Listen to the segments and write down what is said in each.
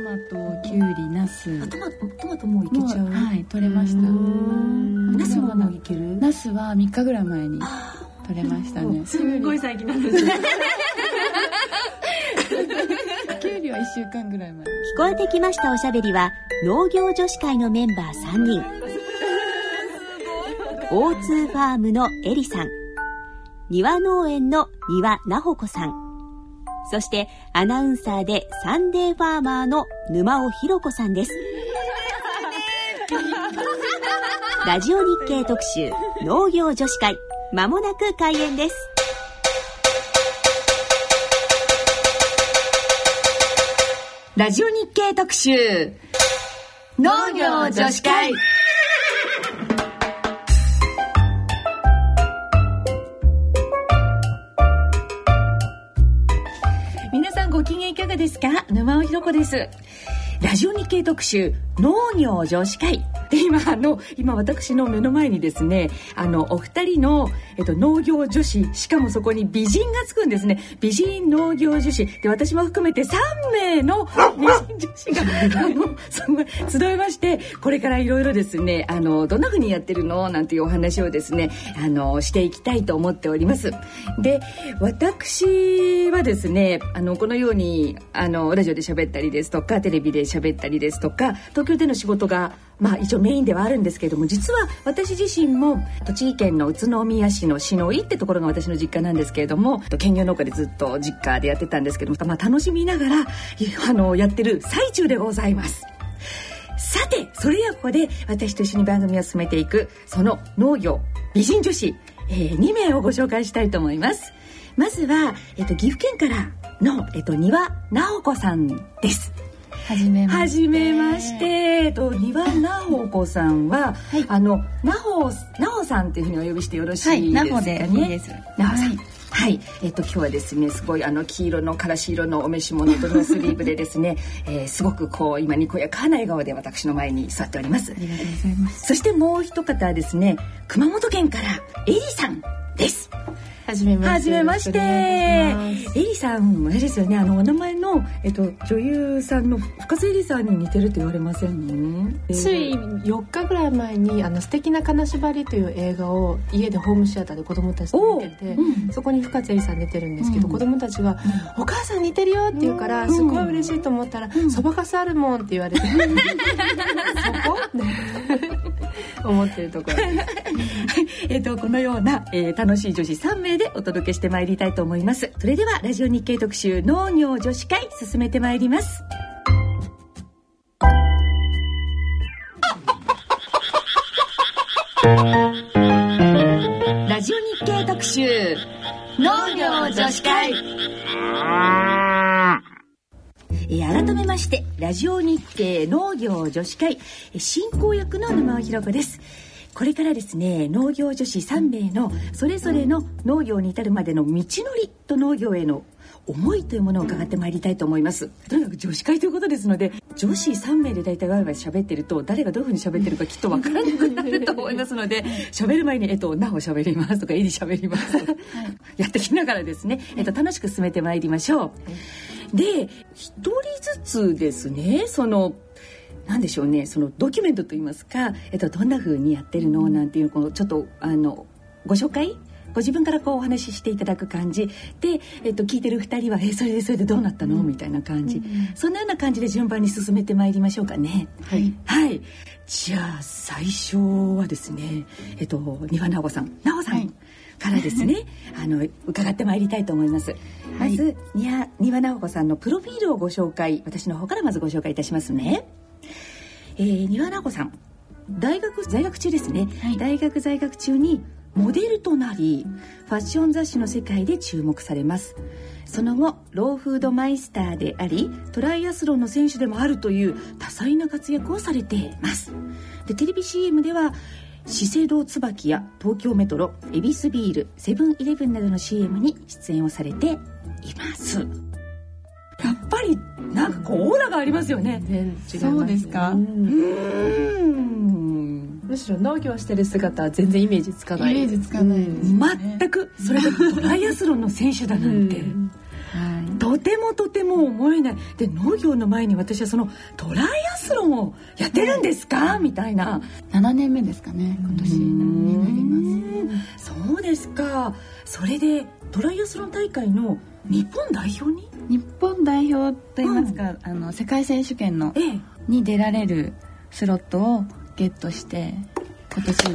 マト、キュウリ、ナス。 トマトもういけちゃう。 はい、取れました。 ナスももういける？ ナスは3日ぐらい前に取れましたね。 すごい最近なんですね。 キュウリは1週間ぐらい前。 聞こえてきましたおしゃべりは農業女子会のメンバー3人。O2 ファームのエリさん、庭農園の庭なほこさん、そしてアナウンサーでサンデーファーマーの沼尾ひろ子さんです。ラジオ日経特集農業女子会、まもなく開演です。 ラジオ日経特集農業女子会。皆さんご機嫌いかがですか？沼尾ひろ子です。ラジオ日経特集農業女子会で、今私の目の前にですね、お二人の、農業女子、しかもそこに美人がつくんですね。美人農業女子で、私も含めて3名の美人女子が集いまして、これからいろいろですね、どんな風にやってるのなんていうお話をですね、していきたいと思っております。で、私はですね、このようにラジオで喋ったりですとか、テレビで喋ったりですとか、東京での仕事が一応メインではあるんですけれども、実は私自身も栃木県の宇都宮市の篠井ってところが私の実家なんですけれども、兼業農家でずっと実家でやってたんですけども、楽しみながらやってる最中でございます。さて、それではここで私と一緒に番組を進めていくその農業美人女子、2名をご紹介したいと思います。まずは、岐阜県からの、庭なほこさんです。 はじめまして。庭なほこさんは、はい、なほさんっていうふうにお呼びしてよろしいですかね？ はい、なほでいいです。 なほさん。はい、今日はですね、すごい黄色のからし色のお召し物とノースリーブでですね、すごく今にこやかな笑顔で私の前に座っております。 ありがとうございます。 そしてもう一方はですね、熊本県からエリさんです。 はじめまして。 エリさん、あれですよね、お名前の、女優さんの深津絵里さんに似てるって言われません？ つい4日ぐらい前に素敵な金縛りという映画を家でホームシアターで子供たちと見てて、そこに深津絵里さん出てるんですけど、子供たちが、お母さん似てるよって言うから、すごい嬉しいと思ったら、そばかすあるもんって言われて、そこ思ってるところです。このような、楽しい女子3名でお届けしてまいりたいと思います。それではラジオ日経特集農業女子会進めてまいります。ラジオ日経特集農業女子会。改めましてラジオ日経農業女子会進行役の沼尾ひろ子です。これからですね、農業女子3名のそれぞれの農業に至るまでの道のりと農業への思いというものを伺ってまいりたいと思います。とにかく女子会ということですので、女子3名で大体ワイワイ喋ってると、誰がどういうふうに喋ってるかきっとわからなくなると思いますので、喋る前になお喋りますとか、えり喋りますとか、やってきながらですね、楽しく進めてまいりましょう。で、一人ずつですね、なんでしょうね、そのドキュメントといいますか、どんな風にやってるのなんていうのをちょっとご紹介、ご自分からお話ししていただく感じで、聞いてる2人はそれでどうなったのみたいな感じ、そんなような感じで順番に進めてまいりましょうかね。はい、はい、じゃあ最初はですね、庭なほさんからですね伺ってまいりたいと思います。まず、庭なほさんのプロフィールをご紹介、私の方からまずご紹介いたしますね。庭なほさん、大学在学中ですね、はい、大学在学中にモデルとなり、ファッション雑誌の世界で注目されます。その後ローフードマイスターであり、トライアスロンの選手でもあるという多彩な活躍をされています。で、テレビ CM では資生堂椿や東京メトロ、エビスビール、セブンイレブンなどの CM に出演をされています。やっぱりなんかオーラがありますよね。 全然違いますね。 そうですか。 むしろ農業してる姿は全然イメージつかない。 イメージつかないですね。 全く。それでトライアスロンの選手だなんてとても思えない。で農業の前に私はそのトライアスロンをやってるんですか、みたいな。 7年目ですかね、今年になります。 そうですか。それでトライアスロン大会の日本代表に、 日本代表といいますか、世界選手権の、に出られるスロットをゲットして今年の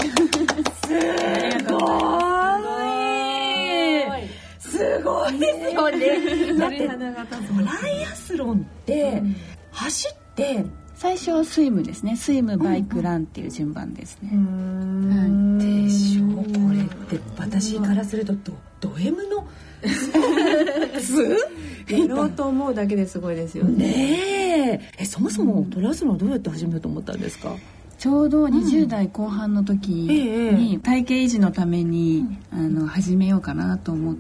すごいですよね。だってトライアスロンって走って最初はスイムですね。スイムバイクランっていう順番ですね。 でしょう。これって私からするとド M のやろうと思うだけですごいですよね。 そもそもトライアスロンはどうやって始めようと思ったんですか？ ちょうど20代後半の時に体型維持のために始めようかなと思って、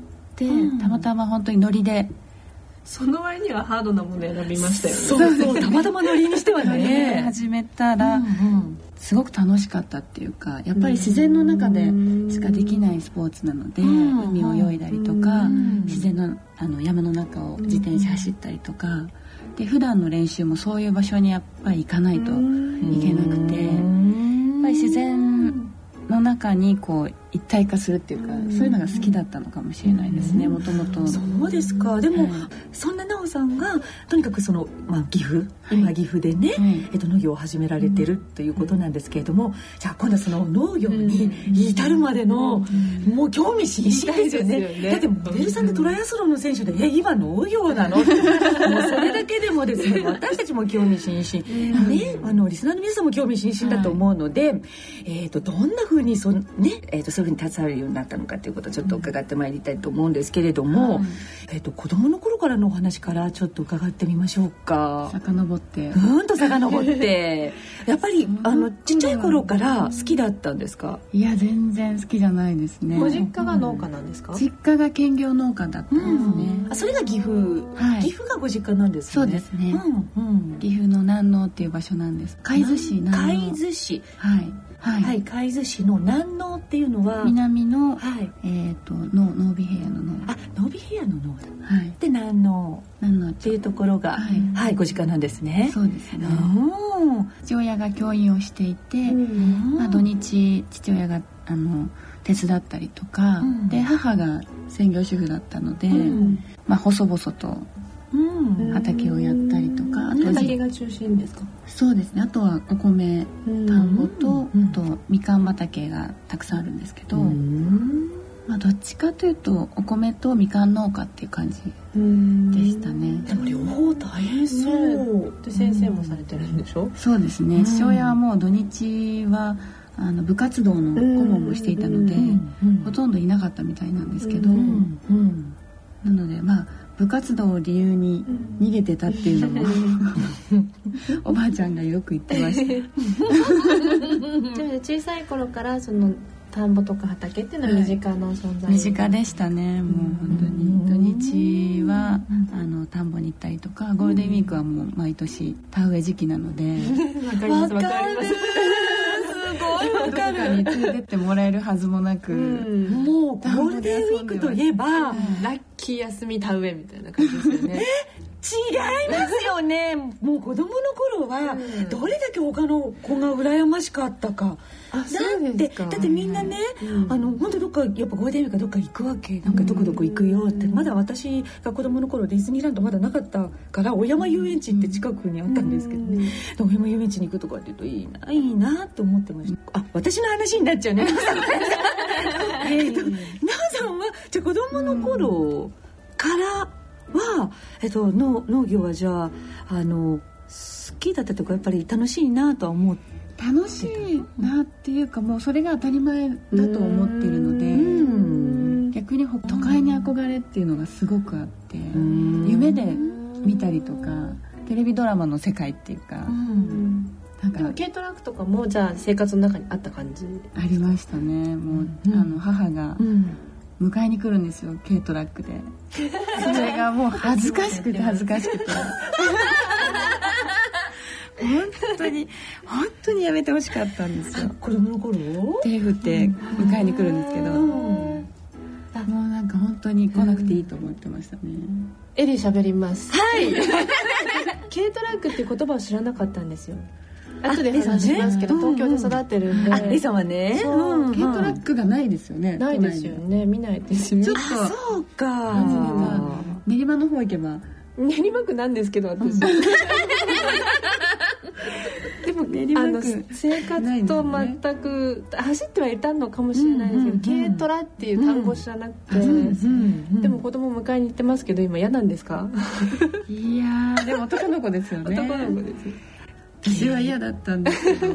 たまたま本当にノリで、 その割にはハードなもの選びましたよね。 そうたまたまノリにしてはね始めたら、すごく楽しかったっていうか、やっぱり自然の中でしかできないスポーツなので、海を泳いだりとか、自然の山の中を自転車走ったりとかで、普段の練習もそういう場所にやっぱり行かないといけなくて、やっぱり自然の中にこう一体化するっていうか、そういうのが好きだったのかもしれないですね、もともと。 そうですか。でも、そんな奈緒さんがとにかく岐阜、今岐阜でね、農業を始められてるということなんですけれども、じゃあ今度はその農業に至るまでの、もう興味津々ですよね。だってモデルさんでトライアスロンの選手で今農業なのってもうそれだけでもですね、私たちも興味津々、リスナーの皆さんも興味津々だと思うので、どんな風にそういう風に携わるようになったのかということをちょっと伺ってまいりたいと思うんですけれども、子供の頃からのお話からちょっと伺ってみましょうか。 遡ってやっぱりちっちゃい頃から好きだったんですか？ いや全然好きじゃないですね。 ご実家が農家なんですか？ 実家が兼業農家だったんですね。 それが岐阜がご実家なんですね。 そうですね、岐阜の南濃っていう場所なんです。海津市海津市海津市の南濃っていうのは南の、濃尾平野の濃。 濃尾平野の濃だ。で南濃っていうところが、ご実家なんですね。 そうですね。父親が教員をしていて、土日父親が手伝ったりとか、で母が専業主婦だったので、細々と畑をやったりとか、 畑が中心ですか？ そうですね。あとはお米田んぼと、あとみかん畑がたくさんあるんですけど、どっちかというとお米とみかん農家っていう感じでしたね。 でも両方大変そう。 で先生もされてるんでしょ？ そうですね。父親はもう土日は部活動の顧問もしていたので、ほとんどいなかったみたいなんですけど、なので部活動を理由に逃げてたっていうのもおばあちゃんがよく言ってました。 小さい頃からその田んぼとか畑っていうのは身近な存在、 身近でしたね。もう本当に土日は田んぼに行ったりとか、ゴールデンウィークはもう毎年田植え時期なのでわかりますわかります。 どこかに連れてってもらえるはずもなく、 もうゴールデンウィークといえばラッキー休み田植えみたいな感じですよね。 違いますよね。もう子供の頃はどれだけ他の子が羨ましかったか。だってみんなね、本当どっかやっぱゴールデンウィークどっか行くわけ。なんかどこどこ行くよって。まだ私が子供の頃ディズニーランドまだなかったから小山遊園地って近くにあったんですけどね。小山遊園地に行くとかって言うといいなと思ってました。私の話になっちゃうね。なおさんはじゃあ子供の頃からは農業はじゃあ好きだったとかやっぱり楽しいなとは思って。 楽しいなっていうか、もうそれが当たり前だと思っているので、逆に都会に憧れっていうのがすごくあって、夢で見たりとかテレビドラマの世界っていうか、 なんか軽トラックとかもじゃあ生活の中にあった感じ？ ありましたね。もう母が迎えに来るんですよ、軽トラックで。それがもう恥ずかしくて本当にやめてほしかったんですよ。 子供の頃手振って迎えに来るんですけど、もうなんか本当に来なくていいと思ってましたね。 エリ喋ります。 はい軽トラックっていう言葉を知らなかったんですよ。後で話しますけど、東京で育ってるんで。 レイさんはね、 軽トラックがないですよね。 ないですよね、見ないですよね。 ちょっとそうか、 練馬の方行けば。 練馬区なんですけど私でも生活と全く走ってはいたのかもしれないですけど、軽トラっていう単語知らなくて、でも子供迎えに行ってますけど、今嫌なんですか？ いやでも男の子ですよね。 男の子です。 私は嫌だったんですけど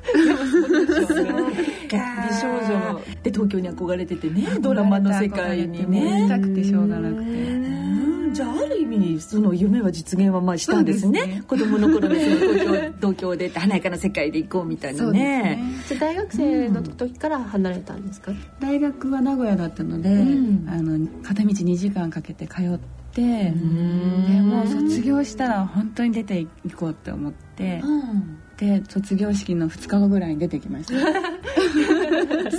美少女で東京に憧れててね、ドラマの世界にね、 行きたくてしょうがなくて、 じゃあある意味その夢は実現はまあしたんですね。子供の頃で東京で華やかな世界で行こうみたいなね。 じゃあ大学生の時から離れたんですか？ 大学は名古屋だったので、片道2時間かけて通って、でもう卒業したら本当に出ていこうって思って、で卒業式の2日後ぐらいに出てきました。 そうだったんだ、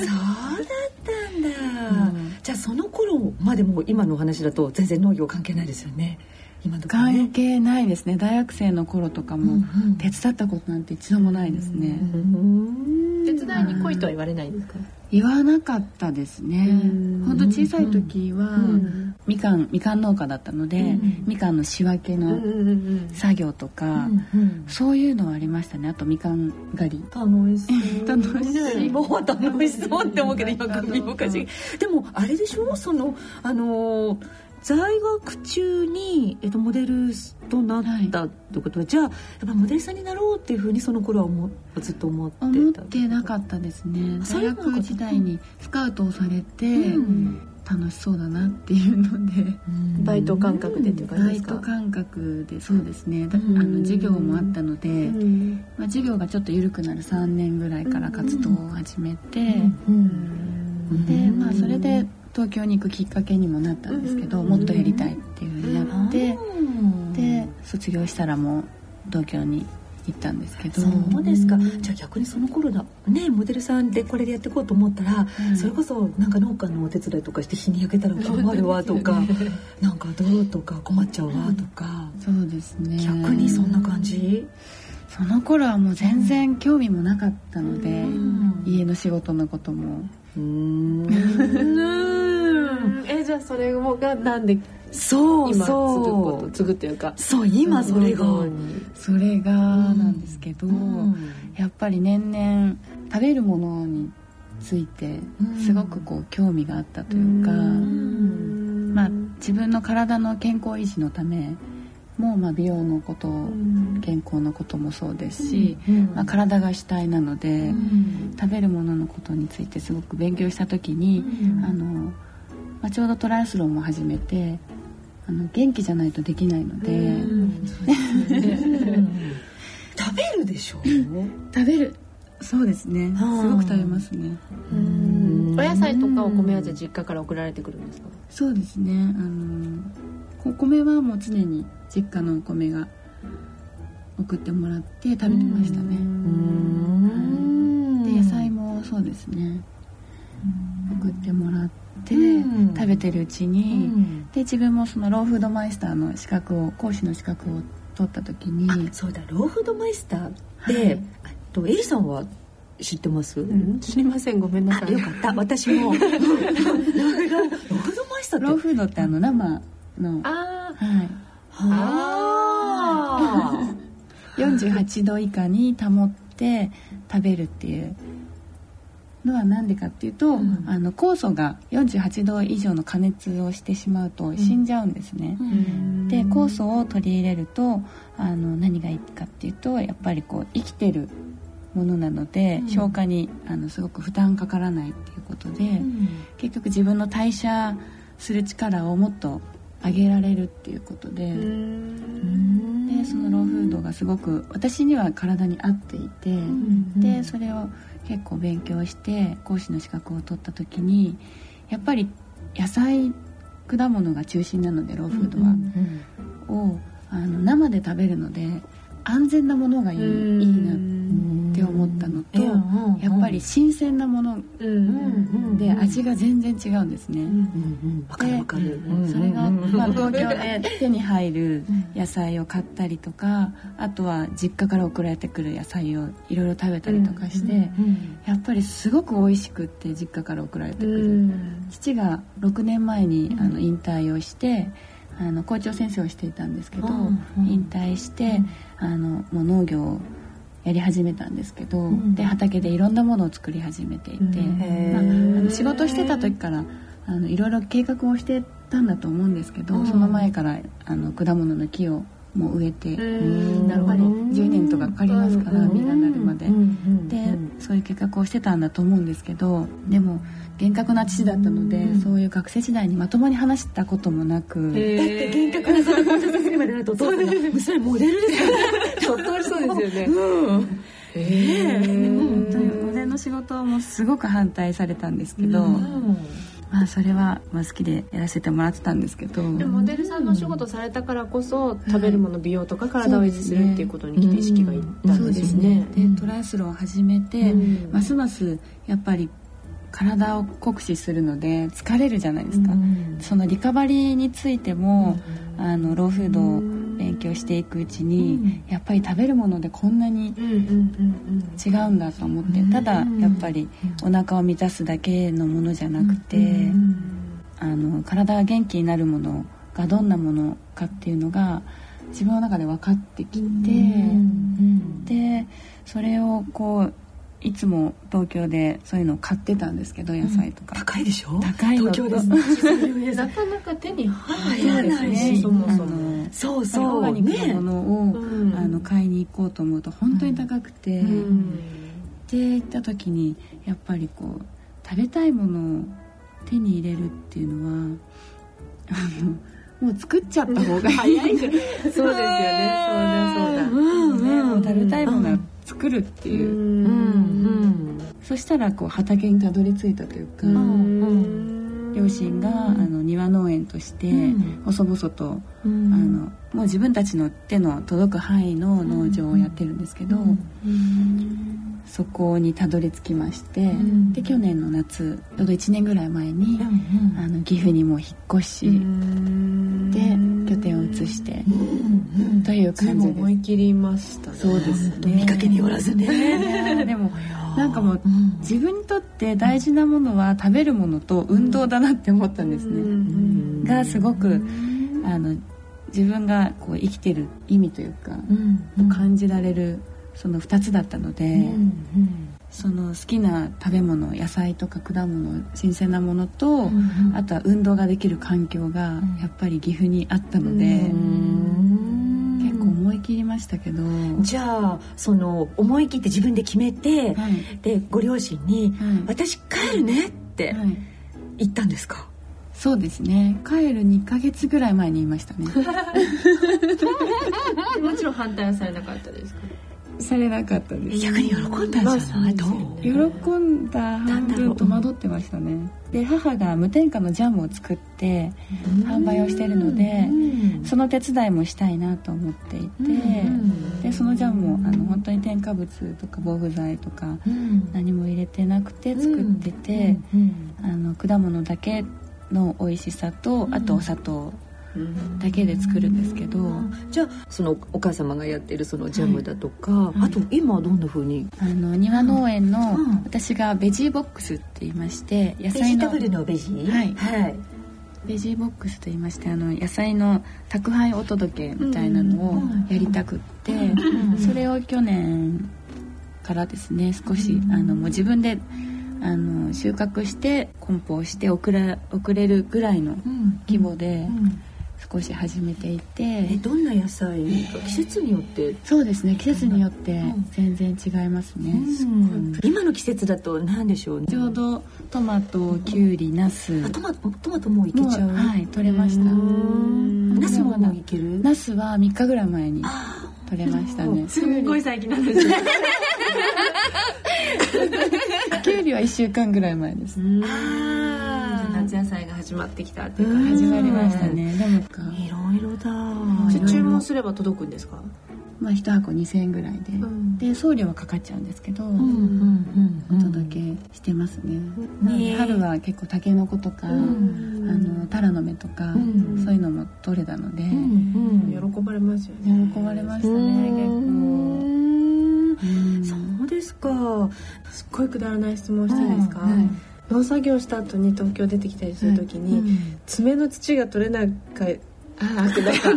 じゃあその頃までも今のお話だと全然農業関係ないですよね。今のね、 関係ないですね。大学生の頃とかも手伝ったことなんて一度もないですね。 手伝いに来いとは言われないんですか？ 言わなかったですね。本当小さい時はみかん農家だったので、みかんの仕分けの作業とか、そういうのはありましたね。あとみかん狩り。 楽しそう楽しい、もう楽しそうって思うけど今首もかしでもあれでしょ、その在学中に、モデルとなったってことは、じゃあやっぱモデルさんになろうっていうふうにその頃はずっと思ってた？ 思ってなかったですね。大学時代にスカウトをされて、楽しそうだなっていうので、 バイト感覚でっていう感じですか？ バイト感覚で、そうですね。授業もあったので、授業がちょっと緩くなる3年ぐらいから活動を始めて、でそれで東京に行くきっかけにもなったんですけど、もっとやりたいっていう風になって、で卒業したらもう東京に行ったんですけど。 そうですか。じゃあ逆にその頃だね、モデルさんでこれでやっていこうと思ったら、それこそなんか農家のお手伝いとかして日に焼けたら困るわとかなんかどうとか困っちゃうわとか、 そうですね。 逆にそんな感じ？ その頃はもう全然興味もなかったので、家の仕事のこともじゃあそれがなんでそう今継ぐっていうか、 そう今それがなんですけど、やっぱり年々食べるものについてすごくこう興味があったというか、自分の体の健康維持のためも美容のこと、健康のこともそうですし、体が主体なので、食べるもののことについてすごく勉強した時に、ちょうどトライアスロンも始めて、元気じゃないとできないので、 食べるでしょ？ 食べる、そうですね、すごく食べますね。 お野菜とかお米はじゃあ実家から送られてくるんですか？ そうですね。お米はもう常に実家のお米が送ってもらって食べてましたね。で野菜もそうですね、送ってもらって食べてるうちに、で自分もそのローフードマイスターの資格を、講師の資格を取った時に、 そうだ、ローフードマイスターって、エリさんは知ってます？ 知りません、ごめんなさい。 よかった、私もローフードマイスターって、 ローフードって生の48度以下に保って食べるっていうのはなんでかっていうと、酵素が48度以上の加熱をしてしまうと死んじゃうんですね。で酵素を取り入れると何がいいかっていうと、やっぱりこう生きてるものなので、消化にすごく負担かからないっていうことで、結局自分の代謝する力をもっと上げられるっていうことで、でそのローフードがすごく私には体に合っていて、でそれを結構勉強して講師の資格を取った時に、やっぱり野菜果物が中心なのでローフードは、を生で食べるので安全なものがいいなっって思ったのと、やっぱり新鮮なもので味が全然違うんですね。 わかるわかる。 それが、東京で手に入る野菜を買ったりとか、あとは実家から送られてくる野菜をいろいろ食べたりとかして、やっぱりすごく美味しくって実家から送られてくる。父が6年前に引退をして校長先生をしていたんですけど、引退してもう農業をやり始めたんですけど、で畑でいろんなものを作り始めていて、仕事してた時からいろいろ計画をしてたんだと思うんですけど、その前から果物の木をもう植えて、やっぱり10年とかかかりますから、実がなるまで、でそういう計画をしてたんだと思うんですけど、でも厳格な父だったので、そういう学生時代にまともに話したこともなく、だって厳格なその校長先生までなるとお父さんがそれモデルですよね。 ちょっとありそうですよね。 本当にモデルの仕事もすごく反対されたんですけど、それは好きでやらせてもらってたんですけど、 でもモデルさんのお仕事されたからこそ、食べるもの、美容とか体を維持するっていうことにきっと意識がいったんですよね。 でトライアスロンを始めて、ますますやっぱり体を酷使するので疲れるじゃないですか。そのリカバリーについてもローフードを勉強していくうちに、やっぱり食べるものでこんなに違うんだと思って、ただやっぱりお腹を満たすだけのものじゃなくて、体が元気になるものがどんなものかっていうのが自分の中で分かってきて、でそれをいつも東京でそういうのを買ってたんですけど、野菜とか、 高いでしょ。 高いの東京ですね。 なかなか手に入らないし、 そもそもそうそう、 オーガニックなものを買いに行こうと思うと本当に高くて、で行った時にやっぱり食べたいものを手に入れるっていうのはもう作っちゃった方が早い。 そうですよね。そうだ。 もう食べたいものは作るっていう、そしたら畑にたどり着いたというか、両親が庭農園として細々と、もう自分たちの手の届く範囲の農場をやってるんですけど、そこにたどり着きまして、で去年の夏ちょうど1年ぐらい前に、岐阜にも引っ越し、で拠点を移して、という感じです。 思い切りましたね。 そうですね。 見かけによらずね。 でもなんかもう自分にとって大事なものは食べるものと運動だなって思ったんですね。がすごく自分が生きてる意味というか、感じられるその2つだったので、その好きな食べ物、野菜とか果物、新鮮なものと、あとは運動ができる環境がやっぱり岐阜にあったので、結構思い切りましたけど。 じゃあその思い切って自分で決めて、でご両親に、私帰るねって言ったんですか？ そうですね。帰る2ヶ月ぐらい前に言いましたね。 もちろん反対はされなかったですか？ されなかったです。 逆に喜んだんじゃない？どう？ 喜んだ半分戸惑ってましたね。で母が無添加のジャムを作って販売をしているので、その手伝いもしたいなと思っていて、でそのジャムも本当に添加物とか防腐剤とか何も入れてなくて作ってて、果物だけの美味しさと、あとお砂糖だけで作るんですけど、 じゃあそのお母様がやってるそのジャムだとか、あと今はどんな風に庭農園の、私がベジーボックスって言いまして、野菜のベジタブルのベジ、 ベジーボックスと言いまして、野菜の宅配お届けみたいなのをやりたくって、それを去年からですね、少しもう自分で収穫して梱包して送れるぐらいの規模で少し始めていて、 どんな野菜か季節によって？ そうですね、季節によって全然違いますね。 今の季節だと何でしょうね。 ちょうどトマト、キュウリ、ナス。 トマトもいけちゃう？ はい、取れました。 ナスもいける？ ナスは3日ぐらい前に取れましたね。 すごい最近なんですね。 キュウリは1週間ぐらい前です。 夏野菜が始まってきたっていうか、 始まりましたね。でもいろいろだ。 注文すれば届くんですか？ 1箱2000円ぐらいで、で送料はかかっちゃうんですけど、お届けしてますね。なので春は結構タケノコとか、タラの芽とか、そういうのも取れたので、 喜ばれますよね。 喜ばれましたね、結構。 そうですか。 すっごいくだらない質問していいですか？農作業した後に東京出てきたりするときに、爪の土が取れないかあります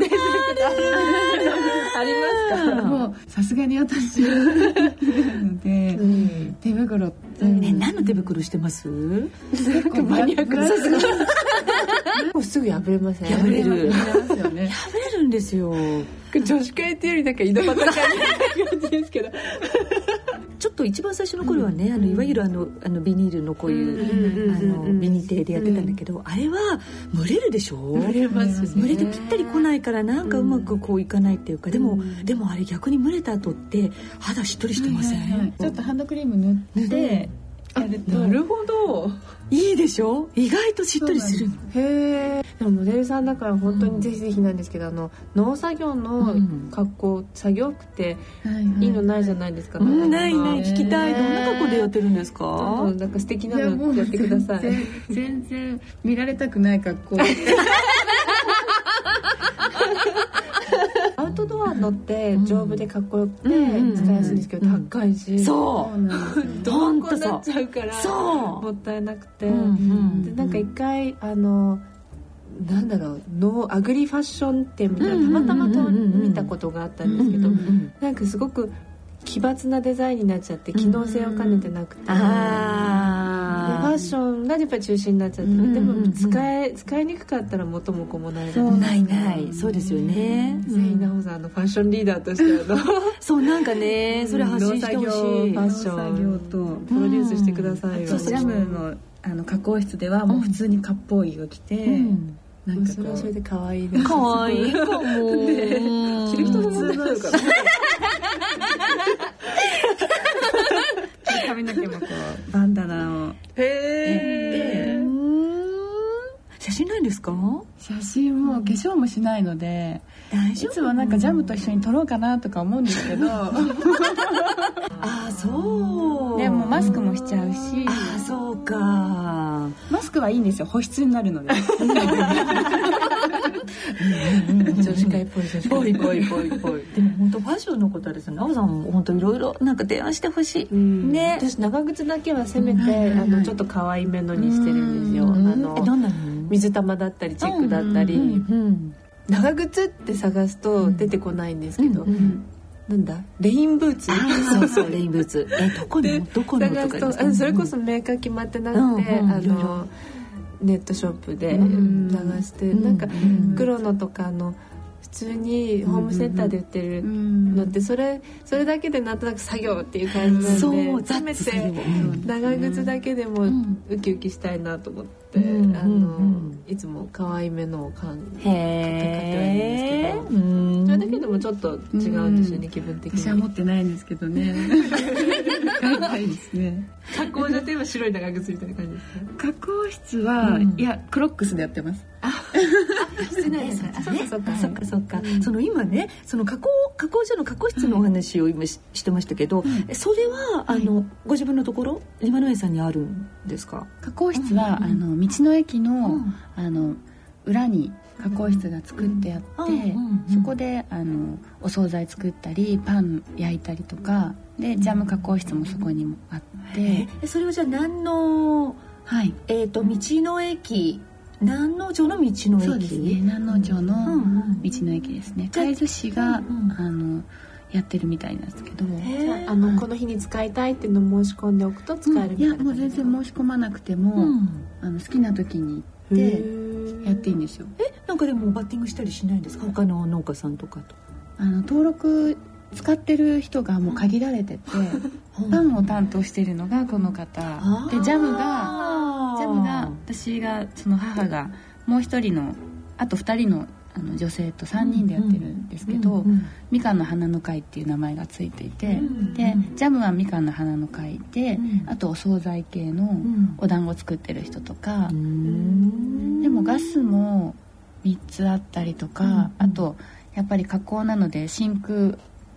か？ もうさすがに私なので、手袋何の手袋してます？ 結構マニアックな。 もうすぐ破れません？ 破れるますよね。 破れるんですよ。 女子会っていうよりなんか井戸端会みたいな感じですけどちょっと一番最初の頃はね、いわゆるビニールのこういうビニテーでやってたんだけど、あれは蒸れるでしょ。 蒸れますね。 蒸れてぴったり来ないからなんかうまくこういかないっていうか、でもあれ逆に蒸れた後って肌しっとりしてません？ ちょっとハンドクリーム塗ってやると。 なるほど。 いいでしょ。意外としっとりするの。 へえ。でもモデルさんだから本当にぜひぜひなんですけど、農作業の格好、作業服っていいのないじゃないですか。 ない聞きたい。どんな格好でやってるんですか？ なんか素敵なのやってください。 全然見られたくない格好。 アウトドアのって丈夫でかっこよくて使いやすいんですけど、高いし、 そうどんこになっちゃうからもったいなくて、でなんか一回なんだろう、アグリファッション店みたいなたまたま見たことがあったんですけど、なんかすごく奇抜なデザインになっちゃって機能性を兼ねてなくて、ファッションがやっぱり中心になっちゃって、でも使いにくかったら元も子もないないそうですよね。 ぜひ奈穂さんファッションリーダーとしてそうなんかね、それ発信してほしい。 ファッションとプロデュースしてくださいよ。 ジャムの加工室ではもう普通に割烹着を着て、なんかそれはそれで可愛いです。 可愛いかも。 着る人の問題なのかな。 髪の毛もこうバンダナをやって。 写真ないんですか？ 写真も化粧もしないので、 いつもなんかジャムと一緒に撮ろうかなとか思うんですけどそう。 でもマスクもしちゃうし。 そうか。 マスクはいいんですよ、保湿になるので。 女子会っぽい。 でも本当ファッションのことはですね、奈緒さんも本当いろいろなんか提案してほしい。ね。 私長靴だけはせめてちょっと可愛いめのにしてるんですよ。 どんなの？水玉だったりチェックだったり。長靴って探すと出てこないんですけど、なんだレインブーツ。 そうレインブーツ。どこのとかですか？ それこそメーカー決まってなくて、ネットショップで探して、なんか黒のとか普通にホームセンターで売ってるのってそれだけでなんとなく作業っていう感じなんで、せめて長靴だけでもウキウキしたいなと思って、いつも可愛めのを買ってはいるんですけど、それだけでもちょっと違うんですよね、気分的に。 私は持ってないんですけどね。買いたいですね。 加工所といえば白い長靴みたいな感じですか？ 加工室は、いやクロックスでやってます。 してないですね。そっか。今ね、その加工所の加工室のお話を今してましたけど、それはご自分のところ庭の園さんにあるんですか？ 加工室は道の駅の裏に加工室が作ってあって、そこでお惣菜作ったりパン焼いたりとかで、ジャム加工室もそこにもあって、 それはじゃあ何の道の駅、南農町の道の駅。 そうですね、南農町の道の駅ですね。海津市がやってるみたいなんですけど、 この日に使いたいっていうのを申し込んでおくと使えるみたいな。 いやもう全然申し込まなくても、好きな時に行ってやっていいんですよ。 なんかでもバッティングしたりしないんですか？他の農家さんとかと。 登録使ってる人がもう限られてて、パンを担当してるのがこの方で、ジャムが私がその母がもう一人のあと2人の女性と3人でやってるんですけど、みかんの花の会っていう名前がついていて、でジャムはみかんの花の会で、あとお惣菜系のお団子作ってる人とか、でもガスも3つあったりとか、あとやっぱり加工なので真空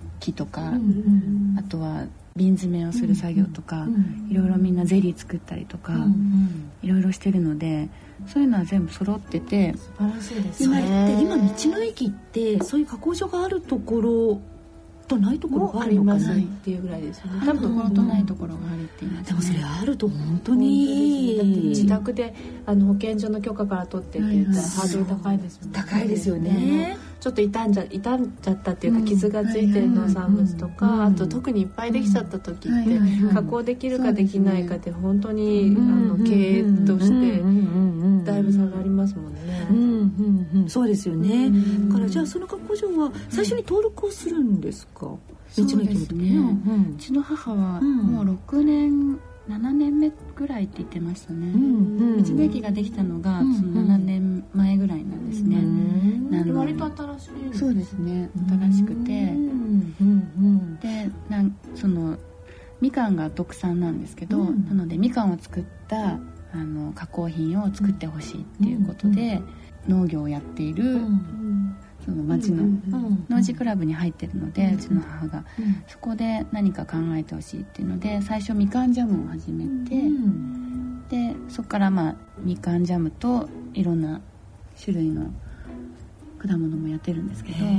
木とか、あとは瓶詰めをする作業とか、いろいろみんなゼリー作ったりとか、いろいろしてるので、そういうのは全部揃ってて素晴らしいですね。 今道の駅ってそういう加工所があるところとないところがあるのかなっていうぐらいですよね。 あるところとないところがあるっていうのでもそれあると本当にだって自宅で保健所の許可から取ってって言ったらハードル高いですよね。 高いですよね。 ちょっと傷んじゃったっていうか、傷がついてる農産物とか、あと特にいっぱいできちゃった時って加工できるかできないかって本当に経営としてだいぶ差がありますもんね。 そうですよね。だからじゃあその加工場は最初に登録をするんですか？ そうですね。うちの母はもう6年7年目ぐらいって言ってましたね。道の駅ができたのがその7年前ぐらいなんですね。 割と新しい。 そうですね、新しくて、でそのみかんが特産なんですけど、なのでみかんを作った加工品を作ってほしいっていうことで、農業をやっているその町の農事クラブに入ってるので、うちの母がそこで何か考えてほしいっていうので、最初みかんジャムを始めて、でそこからみかんジャムといろんな種類の果物もやってるんですけど、こ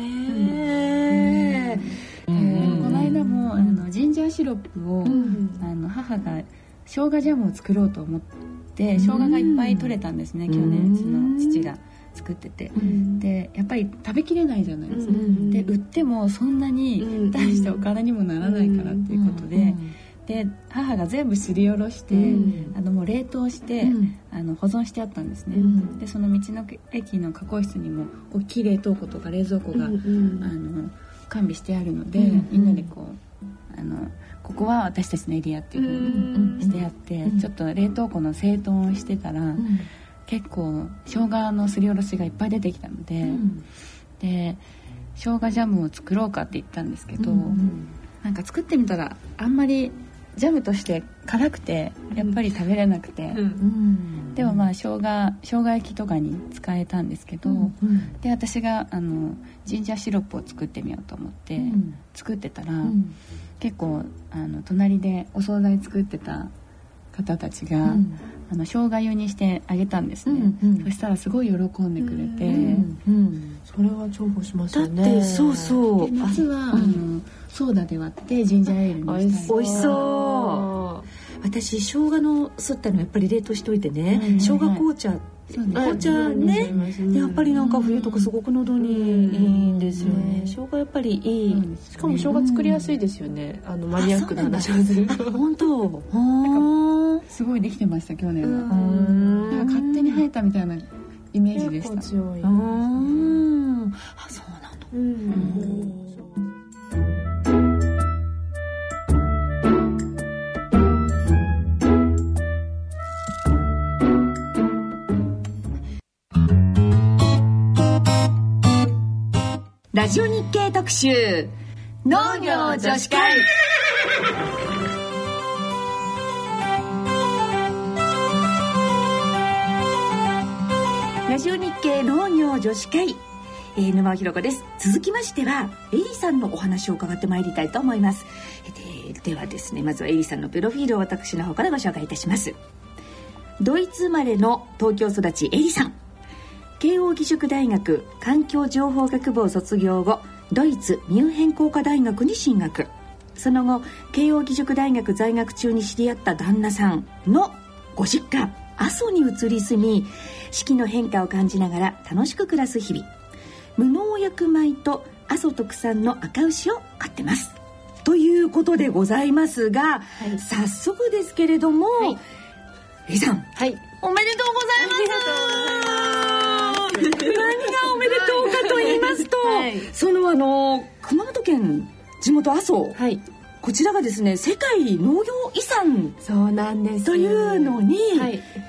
の間もジンジャーシロップを母が生姜ジャムを作ろうと思って、生姜がいっぱい取れたんですね、去年うちの父が作ってて、でやっぱり食べきれないじゃないですか、で売ってもそんなに大してお金にもならないからっていうことで、で母が全部すりおろして、もう冷凍して、保存してあったんですね、でその道の駅の加工室にも大きい冷凍庫とか冷蔵庫が、完備してあるので、みんなでここは私たちのエリアっていう風にしてあって、ちょっと冷凍庫の整頓をしてたら、結構生姜のすりおろしがいっぱい出てきたので、で生姜ジャムを作ろうかって言ったんですけど、なんか作ってみたらあんまりジャムとして辛くてやっぱり食べれなくて、でも生姜焼きとかに使えたんですけど、で私がジンジャーシロップを作ってみようと思って作ってたら、結構隣でお惣菜作ってた方たちが、生姜湯にしてあげたんですね、そしたらすごい喜んでくれて、 それは重宝しますよね。 だってそう夏はソーダで割ってジンジャーエールにしたり、 美味しそう。私生姜のすったのやっぱり冷凍しといてね、生姜紅茶ね、やっぱりなんか冬とかすごく喉にいいんですよね。生姜やっぱりいい。 しかも生姜作りやすいですよね。マニアックな話をすると本当すごいできてました。去年はなんか勝手に生えたみたいなイメージでした。 結構強い。 そうなの。ラジオ日経特集農業女子会。ラジオ日経農業女子会、沼尾ひろ子です。続きましてはエリさんのお話を伺ってまいりたいと思います。ではですね、まずはエリさんのプロフィールを私の方からご紹介いたします。ドイツ生まれの東京育ちエリさん、慶應義塾大学環境情報学部を卒業後、ドイツミュンヘン工科大学に進学。その後慶應義塾大学在学中に知り合った旦那さんのご実家阿蘇に移り住み、四季の変化を感じながら楽しく暮らす日々。無農薬米と阿蘇特産の赤牛を飼ってますということでございますが、早速ですけれども、エリさん、おめでとうございます。何がおめでとうかと言いますと、その熊本県地元阿蘇、こちらがですね世界農業遺産そうなんですというのに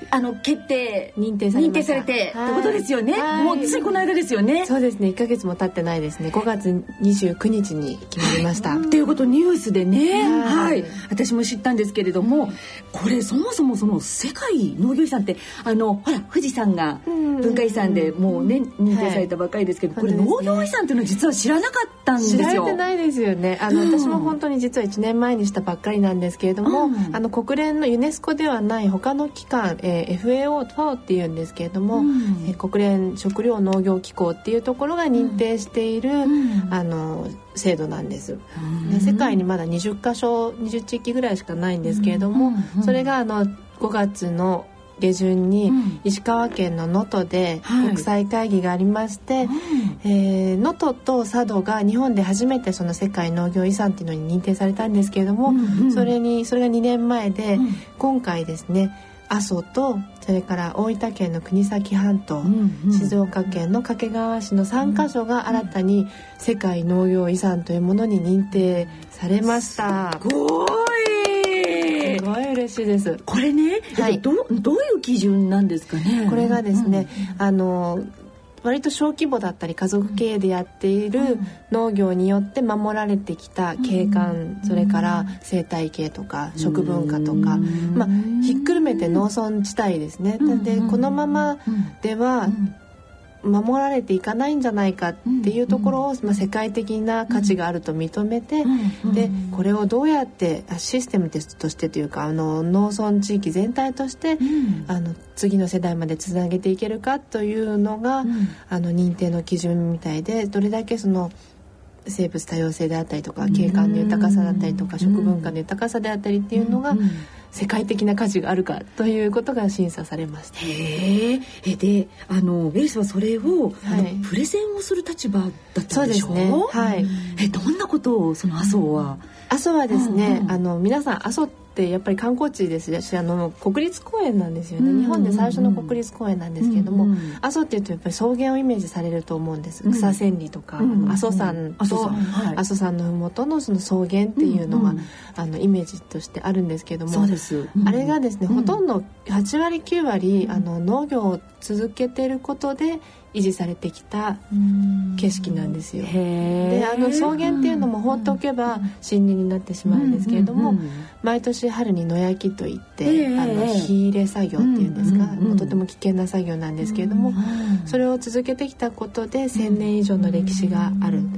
決定認定されてってことですよね。もうついこの間ですよね。 そうですね、1ヶ月も経ってないですね。5月29日に決まりました、 っていうことニュースでね、私も知ったんですけれども、これそもそもその世界農業遺産ってほら富士山が文化遺産でもうね認定されたばかりですけど、これ農業遺産っていうのは実は知らなかったんですよ。 知られてないですよね。私も本当に実は1年前にしたばっかりなんですけれども、国連のユネスコではない他の機関、FAO っていうんですけれども、国連食糧農業機構っていうところが認定している、制度なんです。で世界にまだ20カ所20地域ぐらいしかないんですけれども、それが5月の下旬に石川県の能登で国際会議がありまして、能登と佐渡が日本で初めてその世界農業遺産っていうのに認定されたんですけれども、それが2年前で、今回ですね阿蘇とそれから大分県の国東半島、静岡県の掛川市の3カ所が新たに世界農業遺産というものに認定されました。 すごい嬉しいです。 これね、どういう基準なんですかね。 これがですね、割と小規模だったり家族経営でやっている農業によって守られてきた景観、それから生態系とか食文化とか、ひっくるめて農村地帯ですね。でこのままでは守られていかないんじゃないかっていうところを、世界的な価値があると認めて、でこれをどうやってシステムとしてというか農村地域全体として、次の世代までつなげていけるかというのが、認定の基準みたいで、どれだけその生物多様性であったりとか景観の豊かさだったりとか食文化の豊かさであったりっていうのが世界的な価値があるかということが審査されました。 でウェルスはそれを、プレゼンをする立場だったんでしょう。 そうですね、 どんなことをその阿蘇は、 阿蘇はですね、皆さん阿蘇ってやっぱり観光地ですし、国立公園なんですよね。日本で最初の国立公園なんですけれども、阿蘇っていうとやっぱり草原をイメージされると思うんです。草千里とか、阿蘇山と阿蘇山の麓のその草原っていうのが、イメージとしてあるんですけども、あれがですね、ほとんど8割9割農業を続けていることで維持されてきた景色なんですよ。で草原っていうのも放っておけば森林になってしまうんですけれども、毎年春に野焼きといって火入れ作業っていうんですか、とても危険な作業なんですけれども、それを続けてきたことで1000年以上の歴史がある。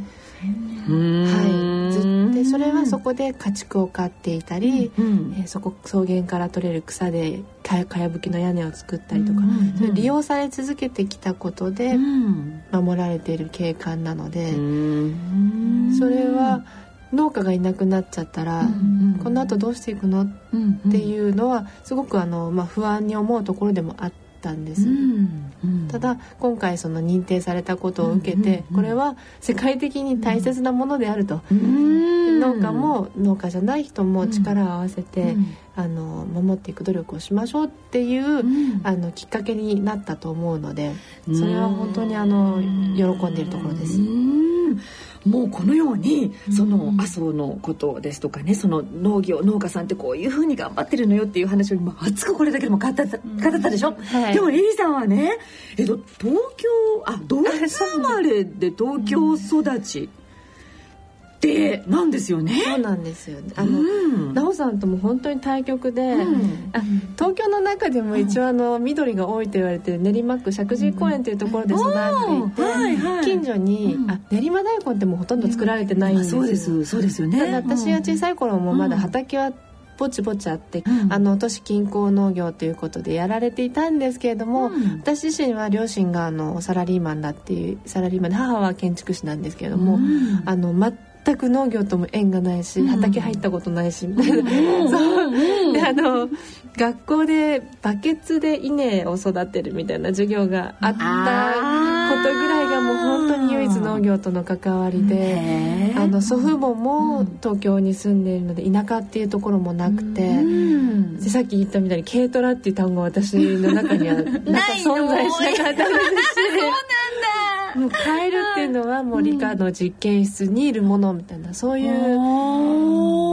でそれはそこで家畜を飼っていたり、草原から取れる草でかやぶきの屋根を作ったりとか、それ利用され続けてきたことで守られている景観なので、それは農家がいなくなっちゃったら、この後どうしていくのっていうのはすごく不安に思うところでもあったんです。ただ今回その認定されたことを受けて、これは世界的に大切なものであると、農家も農家じゃない人も力を合わせて、守っていく努力をしましょうっていう、きっかけになったと思うので、それは本当に喜んでいるところです。 もうこのようにその阿蘇のことですとかね、その農家さんってこういうふうに頑張ってるのよっていう話を熱くこれだけでも語ったでしょ、でもエリさんはね、東京ドイツ生まれで東京育ちでなんですよね。 そうなんですよ。なおさんとも本当に対極で、東京の中でも一応緑が多いと言われてる練馬区石神井公園というところで育っていて、近所に練馬大根ってもうほとんど作られてないんですよ。 そうですよね。 ただ私が小さい頃もまだ畑はぼちぼちあって、都市近郊農業ということでやられていたんですけれども、私自身は両親がサラリーマンだっていうサラリーマンで、母は建築士なんですけれども、全く農業とも縁がないし、畑入ったことないしみたいな、で学校でバケツで稲を育てるみたいな授業があったことぐらいがもう本当に唯一農業との関わりで、祖父母も東京に住んでいるので田舎っていうところもなくて、でさっき言ったみたいに軽トラっていう単語は私の中にはなんか存在しなかったですしもうカエルっていうのはもう理科の実験室にいるものみたいな、そういう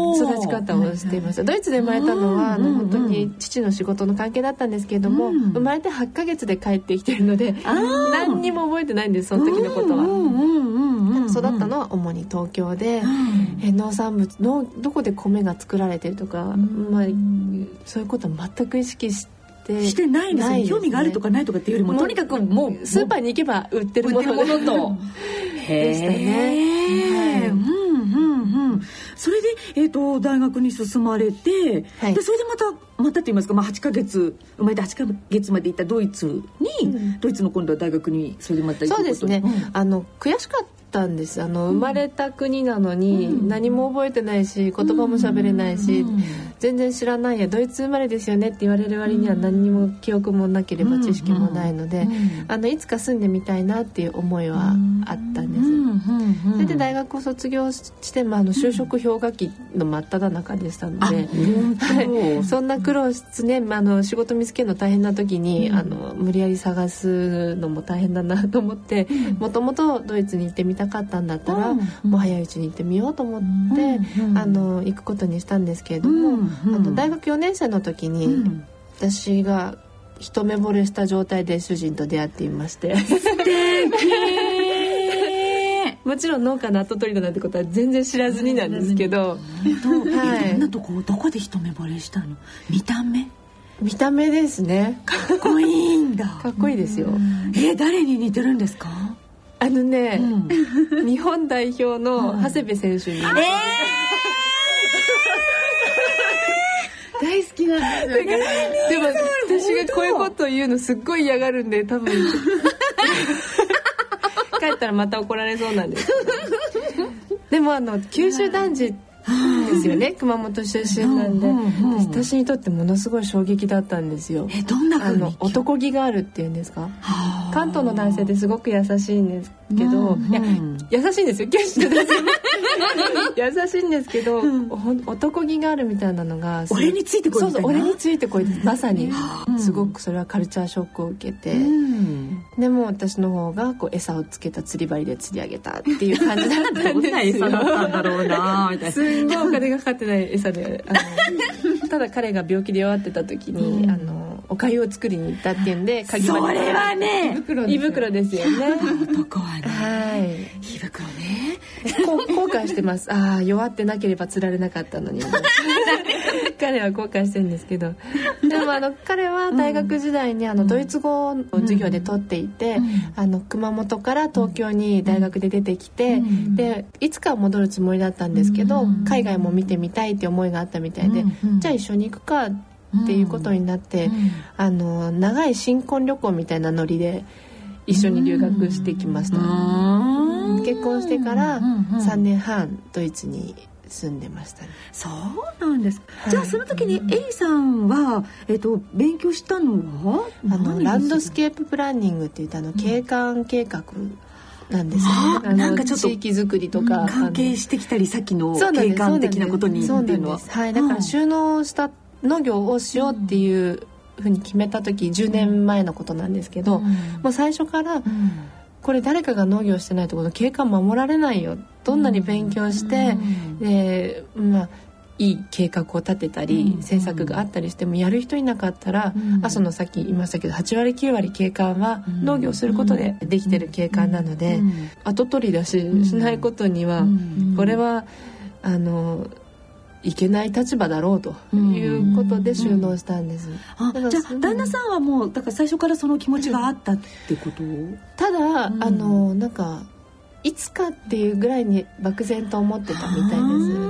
育ち方をしていました。ドイツで生まれたのは本当に父の仕事の関係だったんですけれども、生まれて8ヶ月で帰ってきているので何にも覚えてないんです、その時のことは。育ったのは主に東京で、農産物のどこで米が作られてるとか、そういうことは全く意識してないんですね。興味があるとかないとかっていうよりもとにかくもうスーパーに行けば売ってるものとでしたね。 それで、大学に進まれて、でそれでまたって言いますか、8ヶ月生まれて8ヶ月まで行ったドイツに、ドイツの今度は大学にそれでまた行くことに。 そうですね、悔しかったんです。生まれた国なのに何も覚えてないし、言葉も喋れないし、全然知らないや、ドイツ生まれですよねって言われる割には何にも記憶もなければ知識もないので、いつか住んでみたいなっていう思いはあったんです。それで大学を卒業して、就職氷河期の真っ只中でしたので、そんな苦労してね、仕事見つけるの大変な時に、無理やり探すのも大変だなと思って、もともとドイツに行ってみたかったんだったら、もう早いうちに行ってみようと思って、行くことにしたんですけれども、大学4年生の時に、私が一目惚れした状態で主人と出会っていまして。素敵もちろん農家の跡取りだなんてことは全然知らずになんですけど、 どんなとこどこで一目惚れしたの？見た目ですね。かっこいいんだ。 かっこいいですよ。 誰に似てるんですか？ 日本代表の長谷部選手に、 大好きなんですよね。 でも私がこういうことを言うのすっごい嫌がるんで、多分帰ったらまた怒られそうなんです。でも九州男児ですよね。熊本出身なんで、私にとってものすごい衝撃だったんですよ。 どんな風に？ 男気があるっていうんですか。関東の男性ってすごく優しいんですけど、優しいんですよ、九州の男性優しいんですけど、男気があるみたいなのが、 俺についてこいみたいな。 俺についてこい、まさにすごくそれはカルチャーショックを受けて、でも私の方が餌をつけた釣り針で釣り上げたっていう感じだったんですよ。どんな餌だったんだろうなみたいな。すんごいお金がかかってない餌で、ただ彼が病気で弱ってた時に、お粥を作りに行ったっていうんで、 それはね、 胃袋ですよね。 男はね、胃袋ね。 後悔してます。弱ってなければ釣られなかったのに。彼は後悔してるんですけど、でも彼は大学時代にドイツ語を授業で取っていて、熊本から東京に大学で出てきて、でいつかは戻るつもりだったんですけど、海外も見てみたいって思いがあったみたいで、じゃあ一緒に行くかっていうことになって、長い新婚旅行みたいなノリで一緒に留学してきました。結婚してから3年半ドイツに住んでましたね。 そうなんです。じゃあその時にエリさんは、勉強したのはランドスケーププランニングっていった景観計画なんですよね。 なんかちょっと地域づくりとか関係してきたり、さっきの景観的なことにっていうのは、 だから収納した農業をしようっていうふうに決めた時、10年前のことなんですけど、もう最初から、これ誰かが農業してないとこの景観守られないよ。どんなに勉強して、でいい計画を立てたり、政策があったりしてもやる人いなかったら、さっき言いましたけど8割9割景観は農業することでできてる景観なので、後取り出しないことには、これはいけない立場だろうということで収納したんです。 じゃあ旦那さんはもうだから最初からその気持ちがあったってこと？ ただなんかいつかっていうぐらいに漠然と思ってたみたいです。